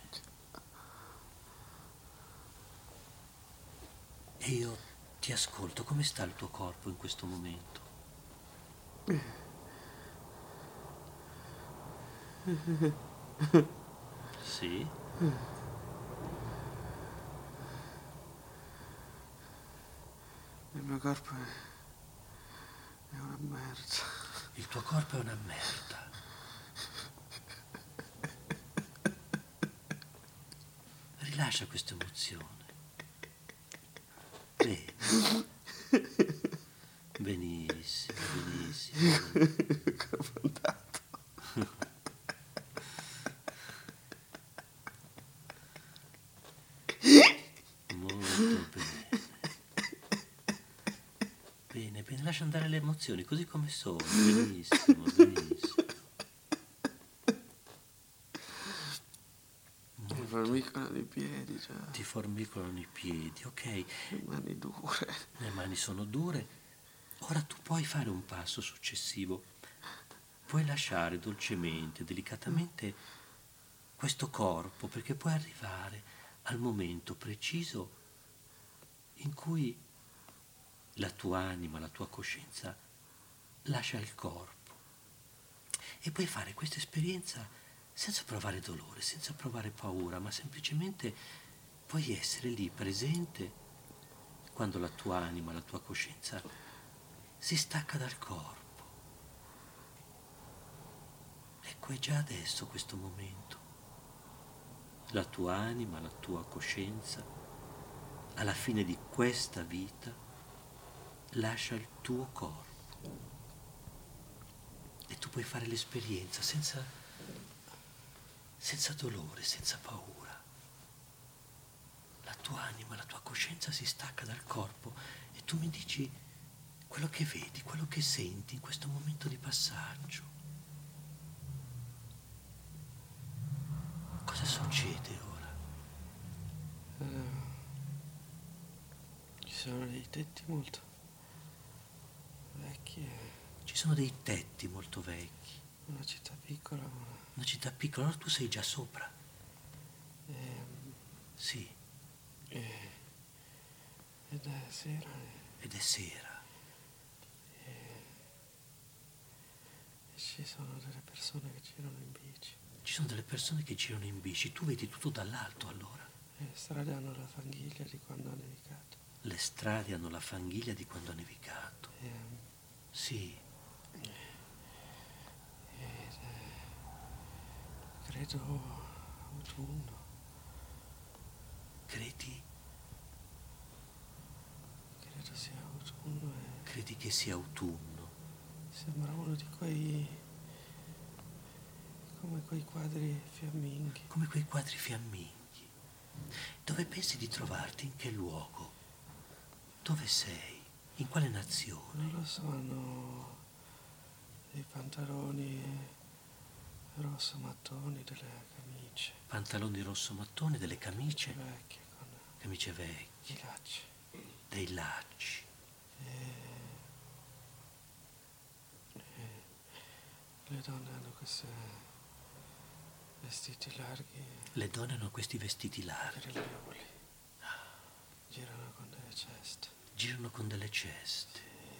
E io ti ascolto. Come sta il tuo corpo in questo momento? Sì? Il mio corpo è, è una merda. Il tuo corpo è una merda. Rilascia questa emozione. Bene. Benissimo, benissimo. Confondato. Molto bene. Bene, bene, lascia andare le emozioni così come sono. Benissimo, benissimo. Mi formicolano i piedi già. Ti formicolano i piedi, ok? Le mani dure. Le mani sono dure. Ora tu puoi fare un passo successivo. Puoi lasciare dolcemente, delicatamente questo corpo, perché puoi arrivare al momento preciso in cui la tua anima, la tua coscienza lascia il corpo. E puoi fare questa esperienza senza provare dolore, senza provare paura, ma semplicemente puoi essere lì presente quando la tua anima, la tua coscienza si stacca dal corpo. Ecco, è già adesso questo momento. La tua anima, la tua coscienza, alla fine di questa vita, lascia il tuo corpo. E tu puoi fare l'esperienza senza, senza dolore, senza paura. La tua anima, la tua coscienza si stacca dal corpo e tu mi dici quello che vedi, quello che senti in questo momento di passaggio. succede ora? Eh, ci sono dei tetti molto vecchi e Ci sono dei tetti molto vecchi, una città piccola, ma una città piccola, allora tu sei già sopra. ehm, Sì, e- ed è sera e, ed è sera. e ci sono delle persone che girano in bici Ci sono delle persone che girano in bici, tu vedi tutto dall'alto allora. e le strade hanno la fanghiglia di quando ha nevicato. Le strade hanno la fanghiglia di quando ha nevicato. E, ehm, Sì, ed è, credo, autunno. credi? Credo sia autunno e Credi che sia autunno? sembra uno di quei, come quei quadri fiamminghi. Come quei quadri fiamminghi. Dove pensi di trovarti? In che luogo? Dove sei? In quale nazione? Non lo so, hanno dei pantaloni rosso mattoni, delle camicie Pantaloni rosso mattone, delle camicie, vecchie con camicie i vecchie, lacci. dei lacci. Le donne hanno questi vestiti larghi, Le donne hanno questi vestiti larghi, grembiuli, girano con delle ceste. girano con delle ceste.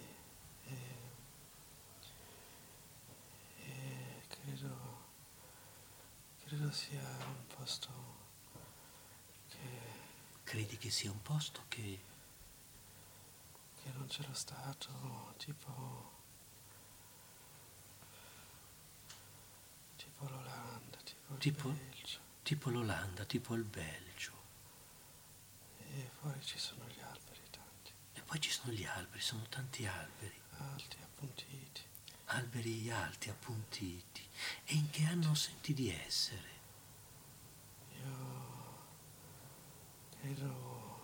E credo, credo sia un posto che, Credi che sia un posto che... che non c'era stato, tipo, tipo l'Olanda, tipo il Tipo? Belgio. tipo l'Olanda, tipo il Belgio. E fuori ci sono gli alberi tanti, E poi ci sono gli alberi, sono tanti alberi. alti, appuntiti. Alberi alti, appuntiti. E in che anno senti di essere? Io credo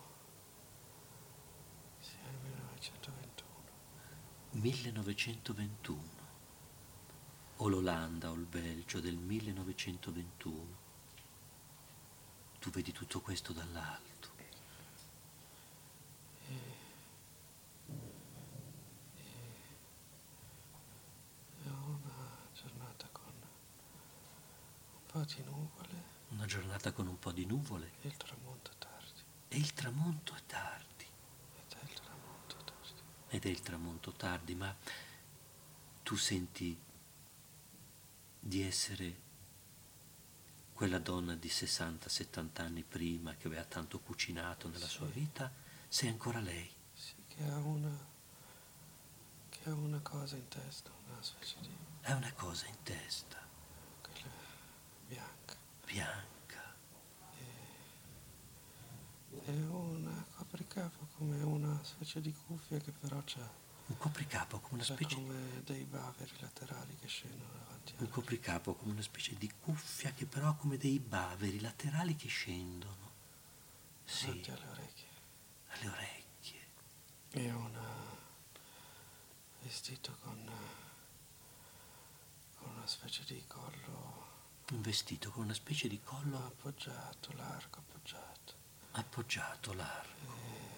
sia il millenovecentoventuno. millenovecentoventuno. O l'Olanda o il Belgio del millenovecentoventuno. Tu vedi tutto questo dall'alto. È una giornata con un po' di nuvole Una giornata con un po' di nuvole e il tramonto tardi. e il tramonto è tardi. Ed è il tramonto tardi. Ed è il tramonto tardi, ma tu senti di essere quella donna di sessanta settanta anni prima che aveva tanto cucinato nella sua vita? Sei ancora lei? Sì, che ha una che ha una cosa in testa, una specie di È una cosa in testa, quella bianca. bianca. È una copricapo come una specie di cuffia che però c'ha, Un copricapo come una c'ha specie come dei baveri laterali che scendono davanti un a copricapo come una specie di cuffia che però ha come dei baveri laterali che scendono. Sì, davanti alle orecchie. alle orecchie. E una vestito con, con una specie di collo Un vestito con una specie di collo appoggiato, largo appoggiato. appoggiato largo.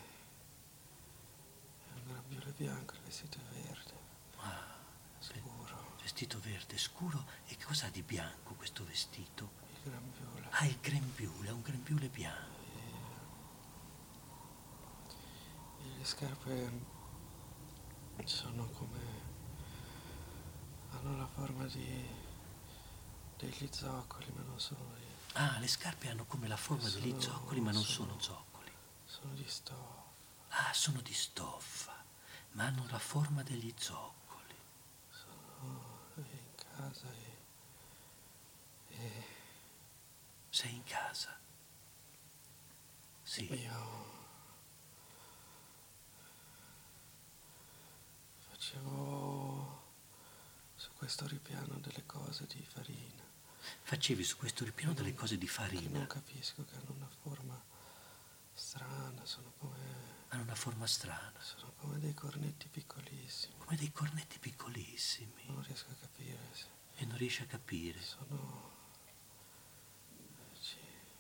È un grembiule bianco, il vestito è verde, Ah, scuro. vestito verde scuro. E che cos'ha di bianco questo vestito? Il grembiule. Ah, il grembiule, è un grembiule bianco. E le scarpe sono come, hanno la forma di degli zoccoli, ma non sono di, Ah, le scarpe hanno come la forma degli Sono- zoccoli, ma non sono- sono zoccoli. sono di stoffa. Ah, sono di stoffa, ma hanno la forma degli zoccoli. Sono in casa e, e Sei in casa? Sì. io facevo su questo ripiano delle cose di farina Facevi su questo ripiano delle cose di che non farina. capisco, che hanno una forma strana, sono come, Hanno una forma strana, sono come dei cornetti piccolissimi. come dei cornetti piccolissimi. Non riesco a capire se E non riesci a capire. sono, ci,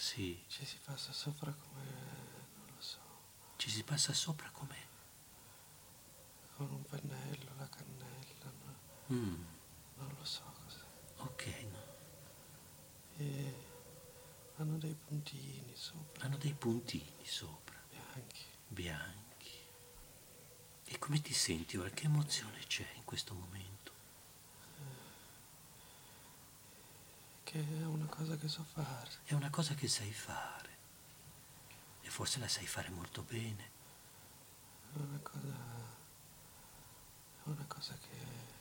Sì. Ci si passa sopra come... non lo so. Ci si passa sopra com'è? Con un pennello, la cannella, no? Mm. Non lo so cos'è. Ok, no. E hanno dei puntini sopra. Hanno dei puntini sopra. Bianchi. Bianchi. E come ti senti ora? Che emozione c'è in questo momento? Che è una cosa che so fare. È una cosa che sai fare. E forse la sai fare molto bene. È una cosa... è una cosa che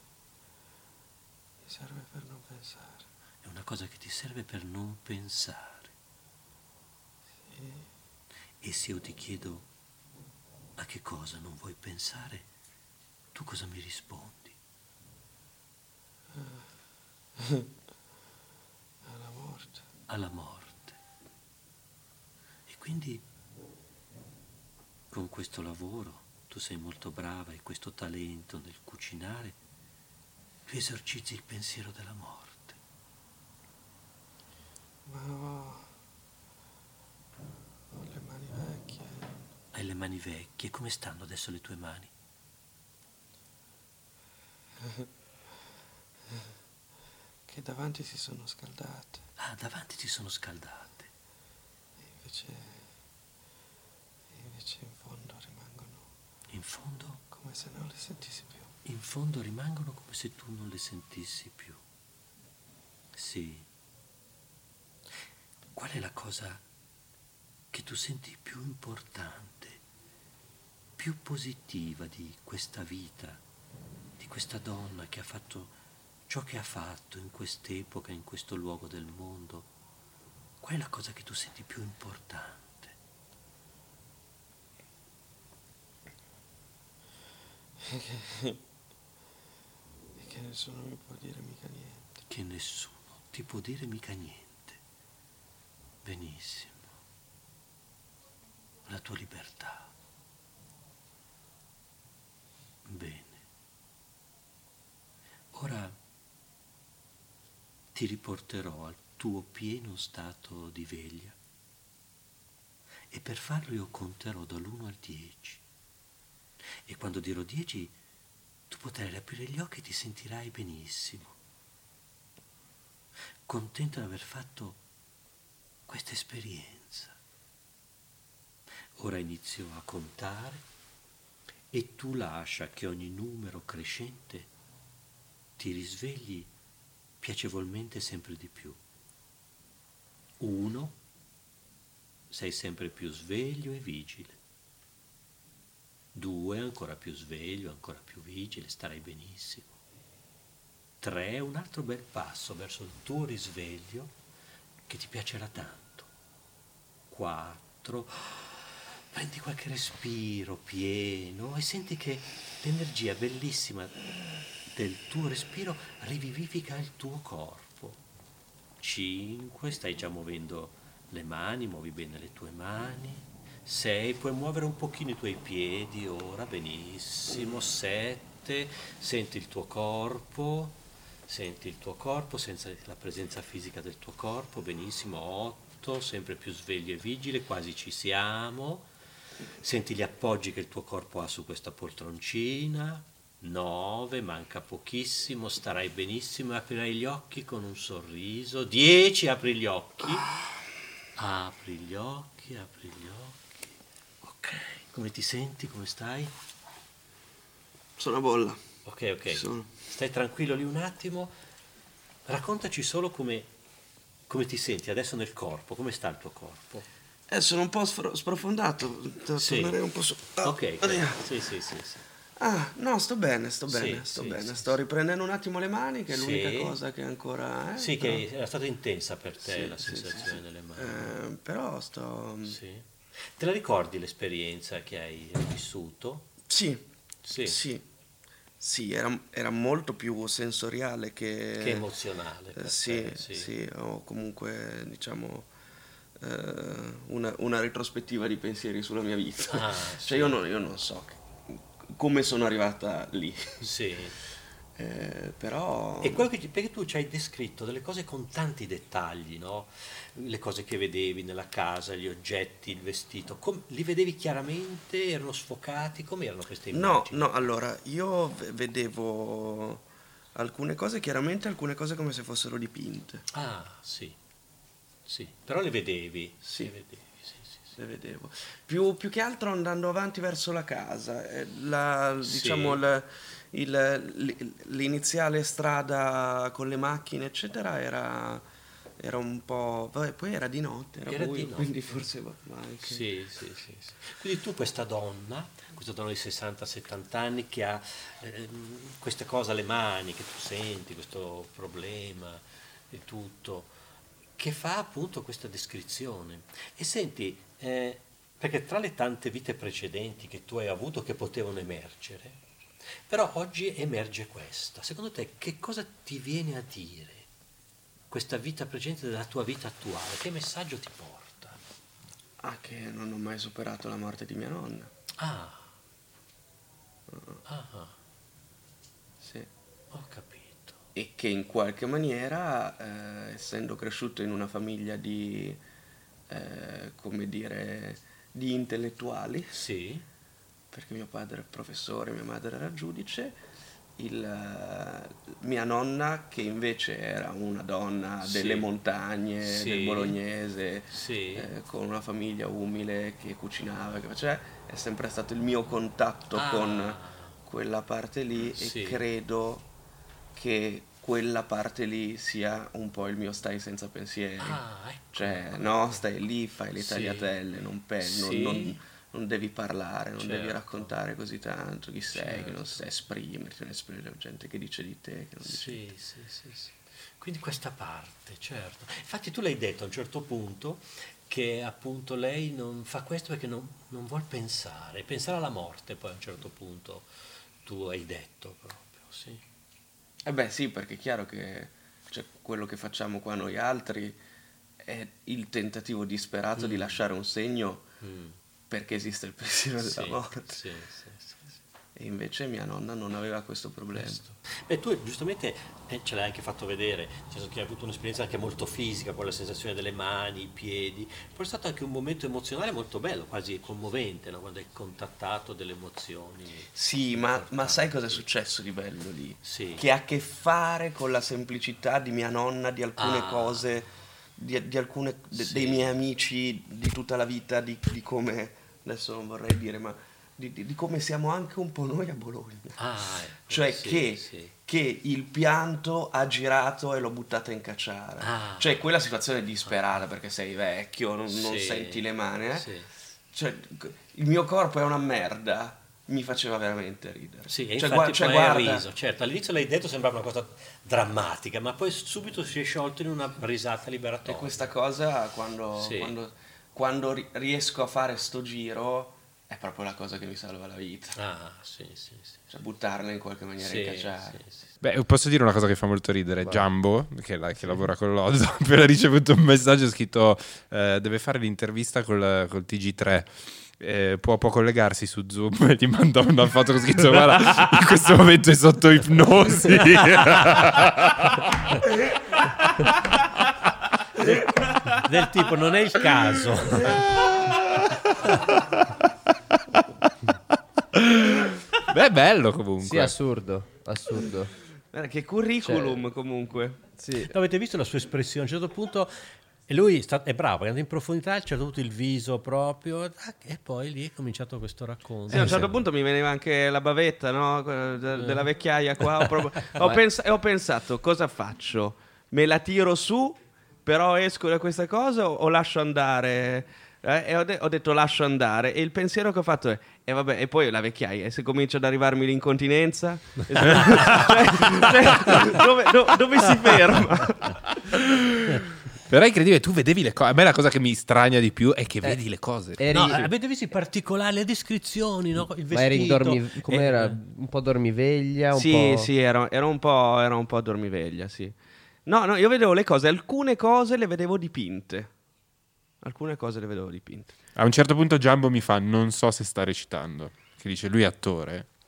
mi serve per non pensare. È una cosa che ti serve per non pensare. Sì. E se io ti chiedo a che cosa non vuoi pensare, tu cosa mi rispondi? Alla morte. Alla morte. E quindi con questo lavoro tu sei molto brava e questo talento nel cucinare, tu esorcizzi il pensiero della morte. Ma ho... ho le mani vecchie. Hai le mani vecchie, come stanno adesso le tue mani? Che davanti si sono scaldate. Ah, davanti ti sono scaldate. E invece... e invece in fondo rimangono... In fondo? come se non le sentissi più. In fondo rimangono come se tu non le sentissi più. Sì. Qual è la cosa che tu senti più importante, più positiva di questa vita, di questa donna che ha fatto ciò che ha fatto in quest'epoca, in questo luogo del mondo? Qual è la cosa che tu senti più importante? E che nessuno mi può dire mica niente. Che nessuno ti può dire mica niente. Benissimo. La tua libertà. Bene. Ora ti riporterò al tuo pieno stato di veglia e per farlo io conterò dall'uno al dieci. E quando dirò dieci, tu potrai aprire gli occhi e ti sentirai benissimo, contento di aver fatto questa esperienza. Ora inizio a contare e tu lascia che ogni numero crescente ti risvegli piacevolmente sempre di più. Uno, sei sempre più sveglio e vigile. Due, ancora più sveglio, ancora più vigile, starai benissimo. Tre, un altro bel passo verso il tuo risveglio che ti piacerà tanto. Quattro, prendi qualche respiro pieno e senti che l'energia bellissima del tuo respiro rivivifica il tuo corpo. Cinque, stai già muovendo le mani, muovi bene le tue mani. Sei, puoi muovere un pochino i tuoi piedi ora, benissimo. Sette, senti il tuo corpo, senti il tuo corpo senza la presenza fisica del tuo corpo, benissimo. Otto, sempre più sveglio e vigile, quasi ci siamo. Senti gli appoggi che il tuo corpo ha su questa poltroncina. Nove, manca pochissimo, starai benissimo e aprirai gli occhi con un sorriso. Dieci, apri gli occhi. Apri gli occhi, apri gli occhi. Ok, come ti senti? Come stai? Sono a bolla. Ok, ok. Sono. Stai tranquillo lì un attimo. Raccontaci solo come, come ti senti adesso nel corpo. Come sta il tuo corpo? Eh, sono un po' sfro- sprofondato. Devo Sì. tornare un po' su. Ah, Ok, andiamo. sì, sì, sì, sì. Ah, no, sto bene, sto Sì, bene, sto sì, bene. sì, sto riprendendo un attimo le mani, che è Sì. l'unica cosa che ancora... Eh, Sì, però- che era stata intensa per te Sì, la sì, sensazione sì, sì. nelle mani. Eh, però sto... Sì. Te la ricordi l'esperienza che hai vissuto? Sì, Sì. sì, sì, era, era molto più sensoriale che... Che emozionale per Eh, sì, te, sì. sì, o comunque, diciamo, eh, una, una retrospettiva di pensieri sulla mia vita. Ah, Cioè sì. io non, io non so che- come sono arrivata lì. Sì. Eh, però... E quello che ti- perché tu ci hai descritto delle cose con tanti dettagli, no? Le cose che vedevi nella casa, gli oggetti, il vestito, com- li vedevi chiaramente, erano sfocati, come erano queste No, immagini? no, allora, io v- vedevo alcune cose chiaramente, alcune cose come se fossero dipinte. Ah, sì, sì, però le vedevi, Sì. le vedevi, sì, sì, sì. Le vedevo. Più, più che altro andando avanti verso la casa, eh, la- Sì. diciamo il- il- l- l'iniziale strada con le macchine, eccetera, era, era un po'. Vabbè, poi era di notte, era, Era di buio, notte. quindi forse va- ma anche. Sì, sì, sì, sì. Quindi tu questa donna, questa donna di sessanta settanta anni che ha ehm, questa cosa alle mani, che tu senti, questo problema e tutto, che fa appunto questa descrizione. E senti, eh, perché tra le tante vite precedenti che tu hai avuto che potevano emergere, però oggi emerge questa. Secondo te che cosa ti viene a dire questa vita precedente della tua vita attuale? Che messaggio ti porta? Ah, che non ho mai superato la morte di mia nonna. Ah, ah, ah, Sì. ho capito. E che in qualche maniera, eh, essendo cresciuto in una famiglia di, eh, come dire, di intellettuali, Sì, perché mio padre è professore, mia madre era giudice, il, eh, mia nonna, che invece era una donna Sì. delle montagne, Sì. del bolognese, sì, eh, con una famiglia umile che cucinava, che faceva, è sempre stato il mio contatto Ah. con quella parte lì Sì. e credo che quella parte lì sia un po' il mio stai senza pensieri. ah, ecco. Cioè, no, stai lì, fai le Sì. tagliatelle, non, pe- non- Sì. non- non devi parlare, non devi Certo. raccontare così tanto chi sei, che non Certo. sai esprimerti, non esprimere la gente che dice di te, che non dice di Sì, sì, sì, sì. Quindi questa parte, certo. Infatti tu l'hai detto a un certo punto che appunto lei non fa questo perché non, non vuol pensare, pensare alla morte poi a un certo punto tu hai detto proprio, sì. Eh beh sì, perché è chiaro che cioè, quello che facciamo qua noi altri è il tentativo disperato di lasciare un segno Mm. perché esiste il pensiero della Sì, morte. sì, sì, sì, sì. E invece mia nonna non aveva questo problema. Questo. Beh, tu giustamente eh, ce l'hai anche fatto vedere, nel senso che hai avuto un'esperienza anche molto fisica, con la sensazione delle mani, i piedi, però è stato anche un momento emozionale molto bello, quasi commovente, no? Quando hai contattato delle emozioni. Sì, ma, ma importanti. sai cosa è successo di bello lì? Sì. Che ha a che fare con la semplicità di mia nonna, di alcune Ah. cose, di, di alcune de- Sì. dei miei amici di tutta la vita, di, di come, adesso non vorrei dire, ma di, di- di come siamo anche un po' noi a Bologna. Ah, ecco, Cioè sì, che, sì. che il pianto ha girato e l'ho buttata in cacciara. Ah. Cioè quella situazione disperata perché sei vecchio, non, non Sì. senti le mani, eh? Sì. Cioè, il mio corpo è una merda, mi faceva veramente ridere. Sì, e Cioè, infatti gua- cioè, poi hai guarda, riso, certo, all'inizio l'hai detto sembrava una cosa drammatica, ma poi subito si è sciolto in una risata e liberatoria. questa cosa quando, Sì. quando, quando ri- riesco a fare sto giro è proprio la cosa che mi salva la vita. Ah, sì, sì, sì. Cioè buttarla in qualche maniera Sì, in cacciare. sì, sì. Beh, posso dire una cosa che fa molto ridere. Jumbo, che, la- che lavora con l'Ozzo, ha appena ricevuto un messaggio scritto eh, deve fare l'intervista col, col T G tre. Eh, può, può collegarsi su Zoom e ti manda una foto con scritto guarda, in questo momento è sotto ipnosi. del, del tipo non è il caso. Beh, è bello comunque. Sì, assurdo, assurdo. Guarda, che curriculum comunque. Sì. Avete visto la sua espressione a un certo punto? E lui sta- è bravo, è andato in profondità, a un certo punto il viso proprio, ah, e poi lì è cominciato questo racconto. Sì, a un certo punto mi veniva anche la bavetta, no? Quella de- della vecchiaia qua. Ho, proprio- ho pens- e ho pensato, cosa faccio? Me la tiro su, però esco da questa cosa o, o lascio andare? Eh, e ho, de- ho detto lascio andare. E il pensiero che ho fatto è, e vabbè, e poi la vecchiaia, e se comincia ad arrivarmi l'incontinenza? E se- cioè, cioè, dove, do- dove si ferma? Però è incredibile, tu vedevi le cose. A me la cosa che mi strania di più è che vedi le cose. Eri, No, avete visto i particolari, le descrizioni, no? Il vestito. ma eri in dormi, com'era? Eh, Un po' dormiveglia, un Sì, po'... sì, ero, ero un po', ero un po' a dormiveglia, sì. No, no, io vedevo le cose, alcune cose le vedevo dipinte. Alcune cose le vedevo dipinte. A un certo punto Jumbo mi fa non so se sta recitando. Che dice lui è attore.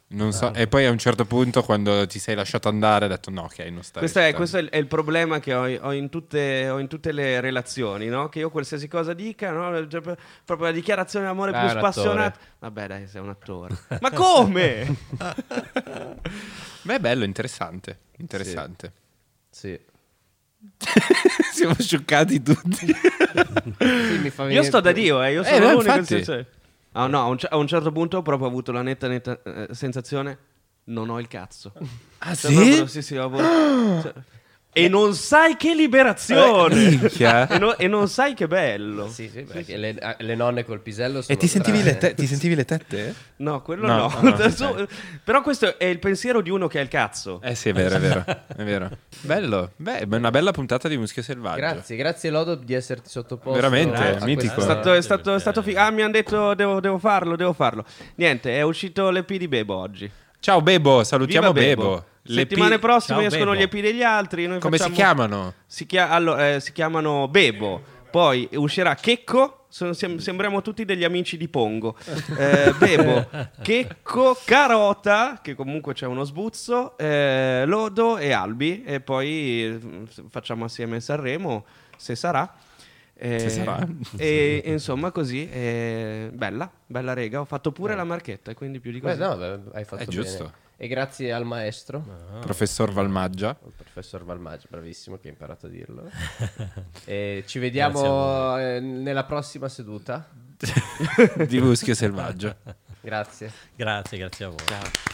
Non so, e poi a un certo punto quando ti sei lasciato andare hai detto no, ok, non stai Questo, è, recitando. questo è, il, è il problema che ho, ho, in tutte, ho in tutte le relazioni, no? Che io qualsiasi cosa dica, no? Cioè, proprio la dichiarazione d'amore Ah, più un spassionata. attore. Vabbè, dai, sei un attore. Ma come? Beh, è bello, interessante, interessante. Sì. Siamo scioccati tutti. Sì, mi fa Io venire sto da più- Dio, eh, io Eh, sono no, l'unico. infatti. che- cioè- Ah, no, a un, a un certo punto ho proprio avuto la netta, netta eh, sensazione: non ho il cazzo. Ah, Cioè, proprio- sì, sì, ho avuto- cioè- e non sai che liberazione! Eh, minchia. e, no- e non sai che bello! Sì, sì, perché Le, ah, le nonne col pisello sono E ti sentivi, le strane. te- ti sentivi le tette? No, quello No, no. no, Adesso- ok. Però questo è il pensiero di uno che ha il cazzo. Eh sì, è vero, è vero, è vero. Bello, beh, è una bella puntata di Muschio Selvaggio. Grazie, grazie Lodo di esserti sottoposto. Veramente, a questa- mitico. È stato, è stato, è stato fi- ah, mi hanno detto devo, devo farlo, devo farlo. Niente, è uscito l'E P di Bebo oggi. Ciao Bebo, salutiamo Viva Bebo. Bebo. Le Settimane P- prossime Ciao, escono Bebo. gli E P degli altri. Noi Come si facciamo- chiamano? Si, chia- allora, eh, si chiamano Bebo. Poi uscirà Checco. Sono- sem- sembriamo tutti degli amici di Pongo. Eh, Bebo, Checco, Carota, che comunque c'è uno sbuzzo, eh, Lodo e Albi. E poi eh, facciamo assieme Sanremo, se sarà. Eh, Se sarà. E, e insomma così, eh, bella, bella rega. Ho fatto pure la marchetta, e quindi più di Beh, così. no, beh, hai fatto È bene. giusto. E grazie al maestro, Professor Valmaggia. il professor Valmaggio, bravissimo, che ha imparato a dirlo. E ci Grazie a vediamo voi. eh, nella prossima seduta. Di Muschio Selvaggio. Grazie. Grazie, grazie a voi. Ciao.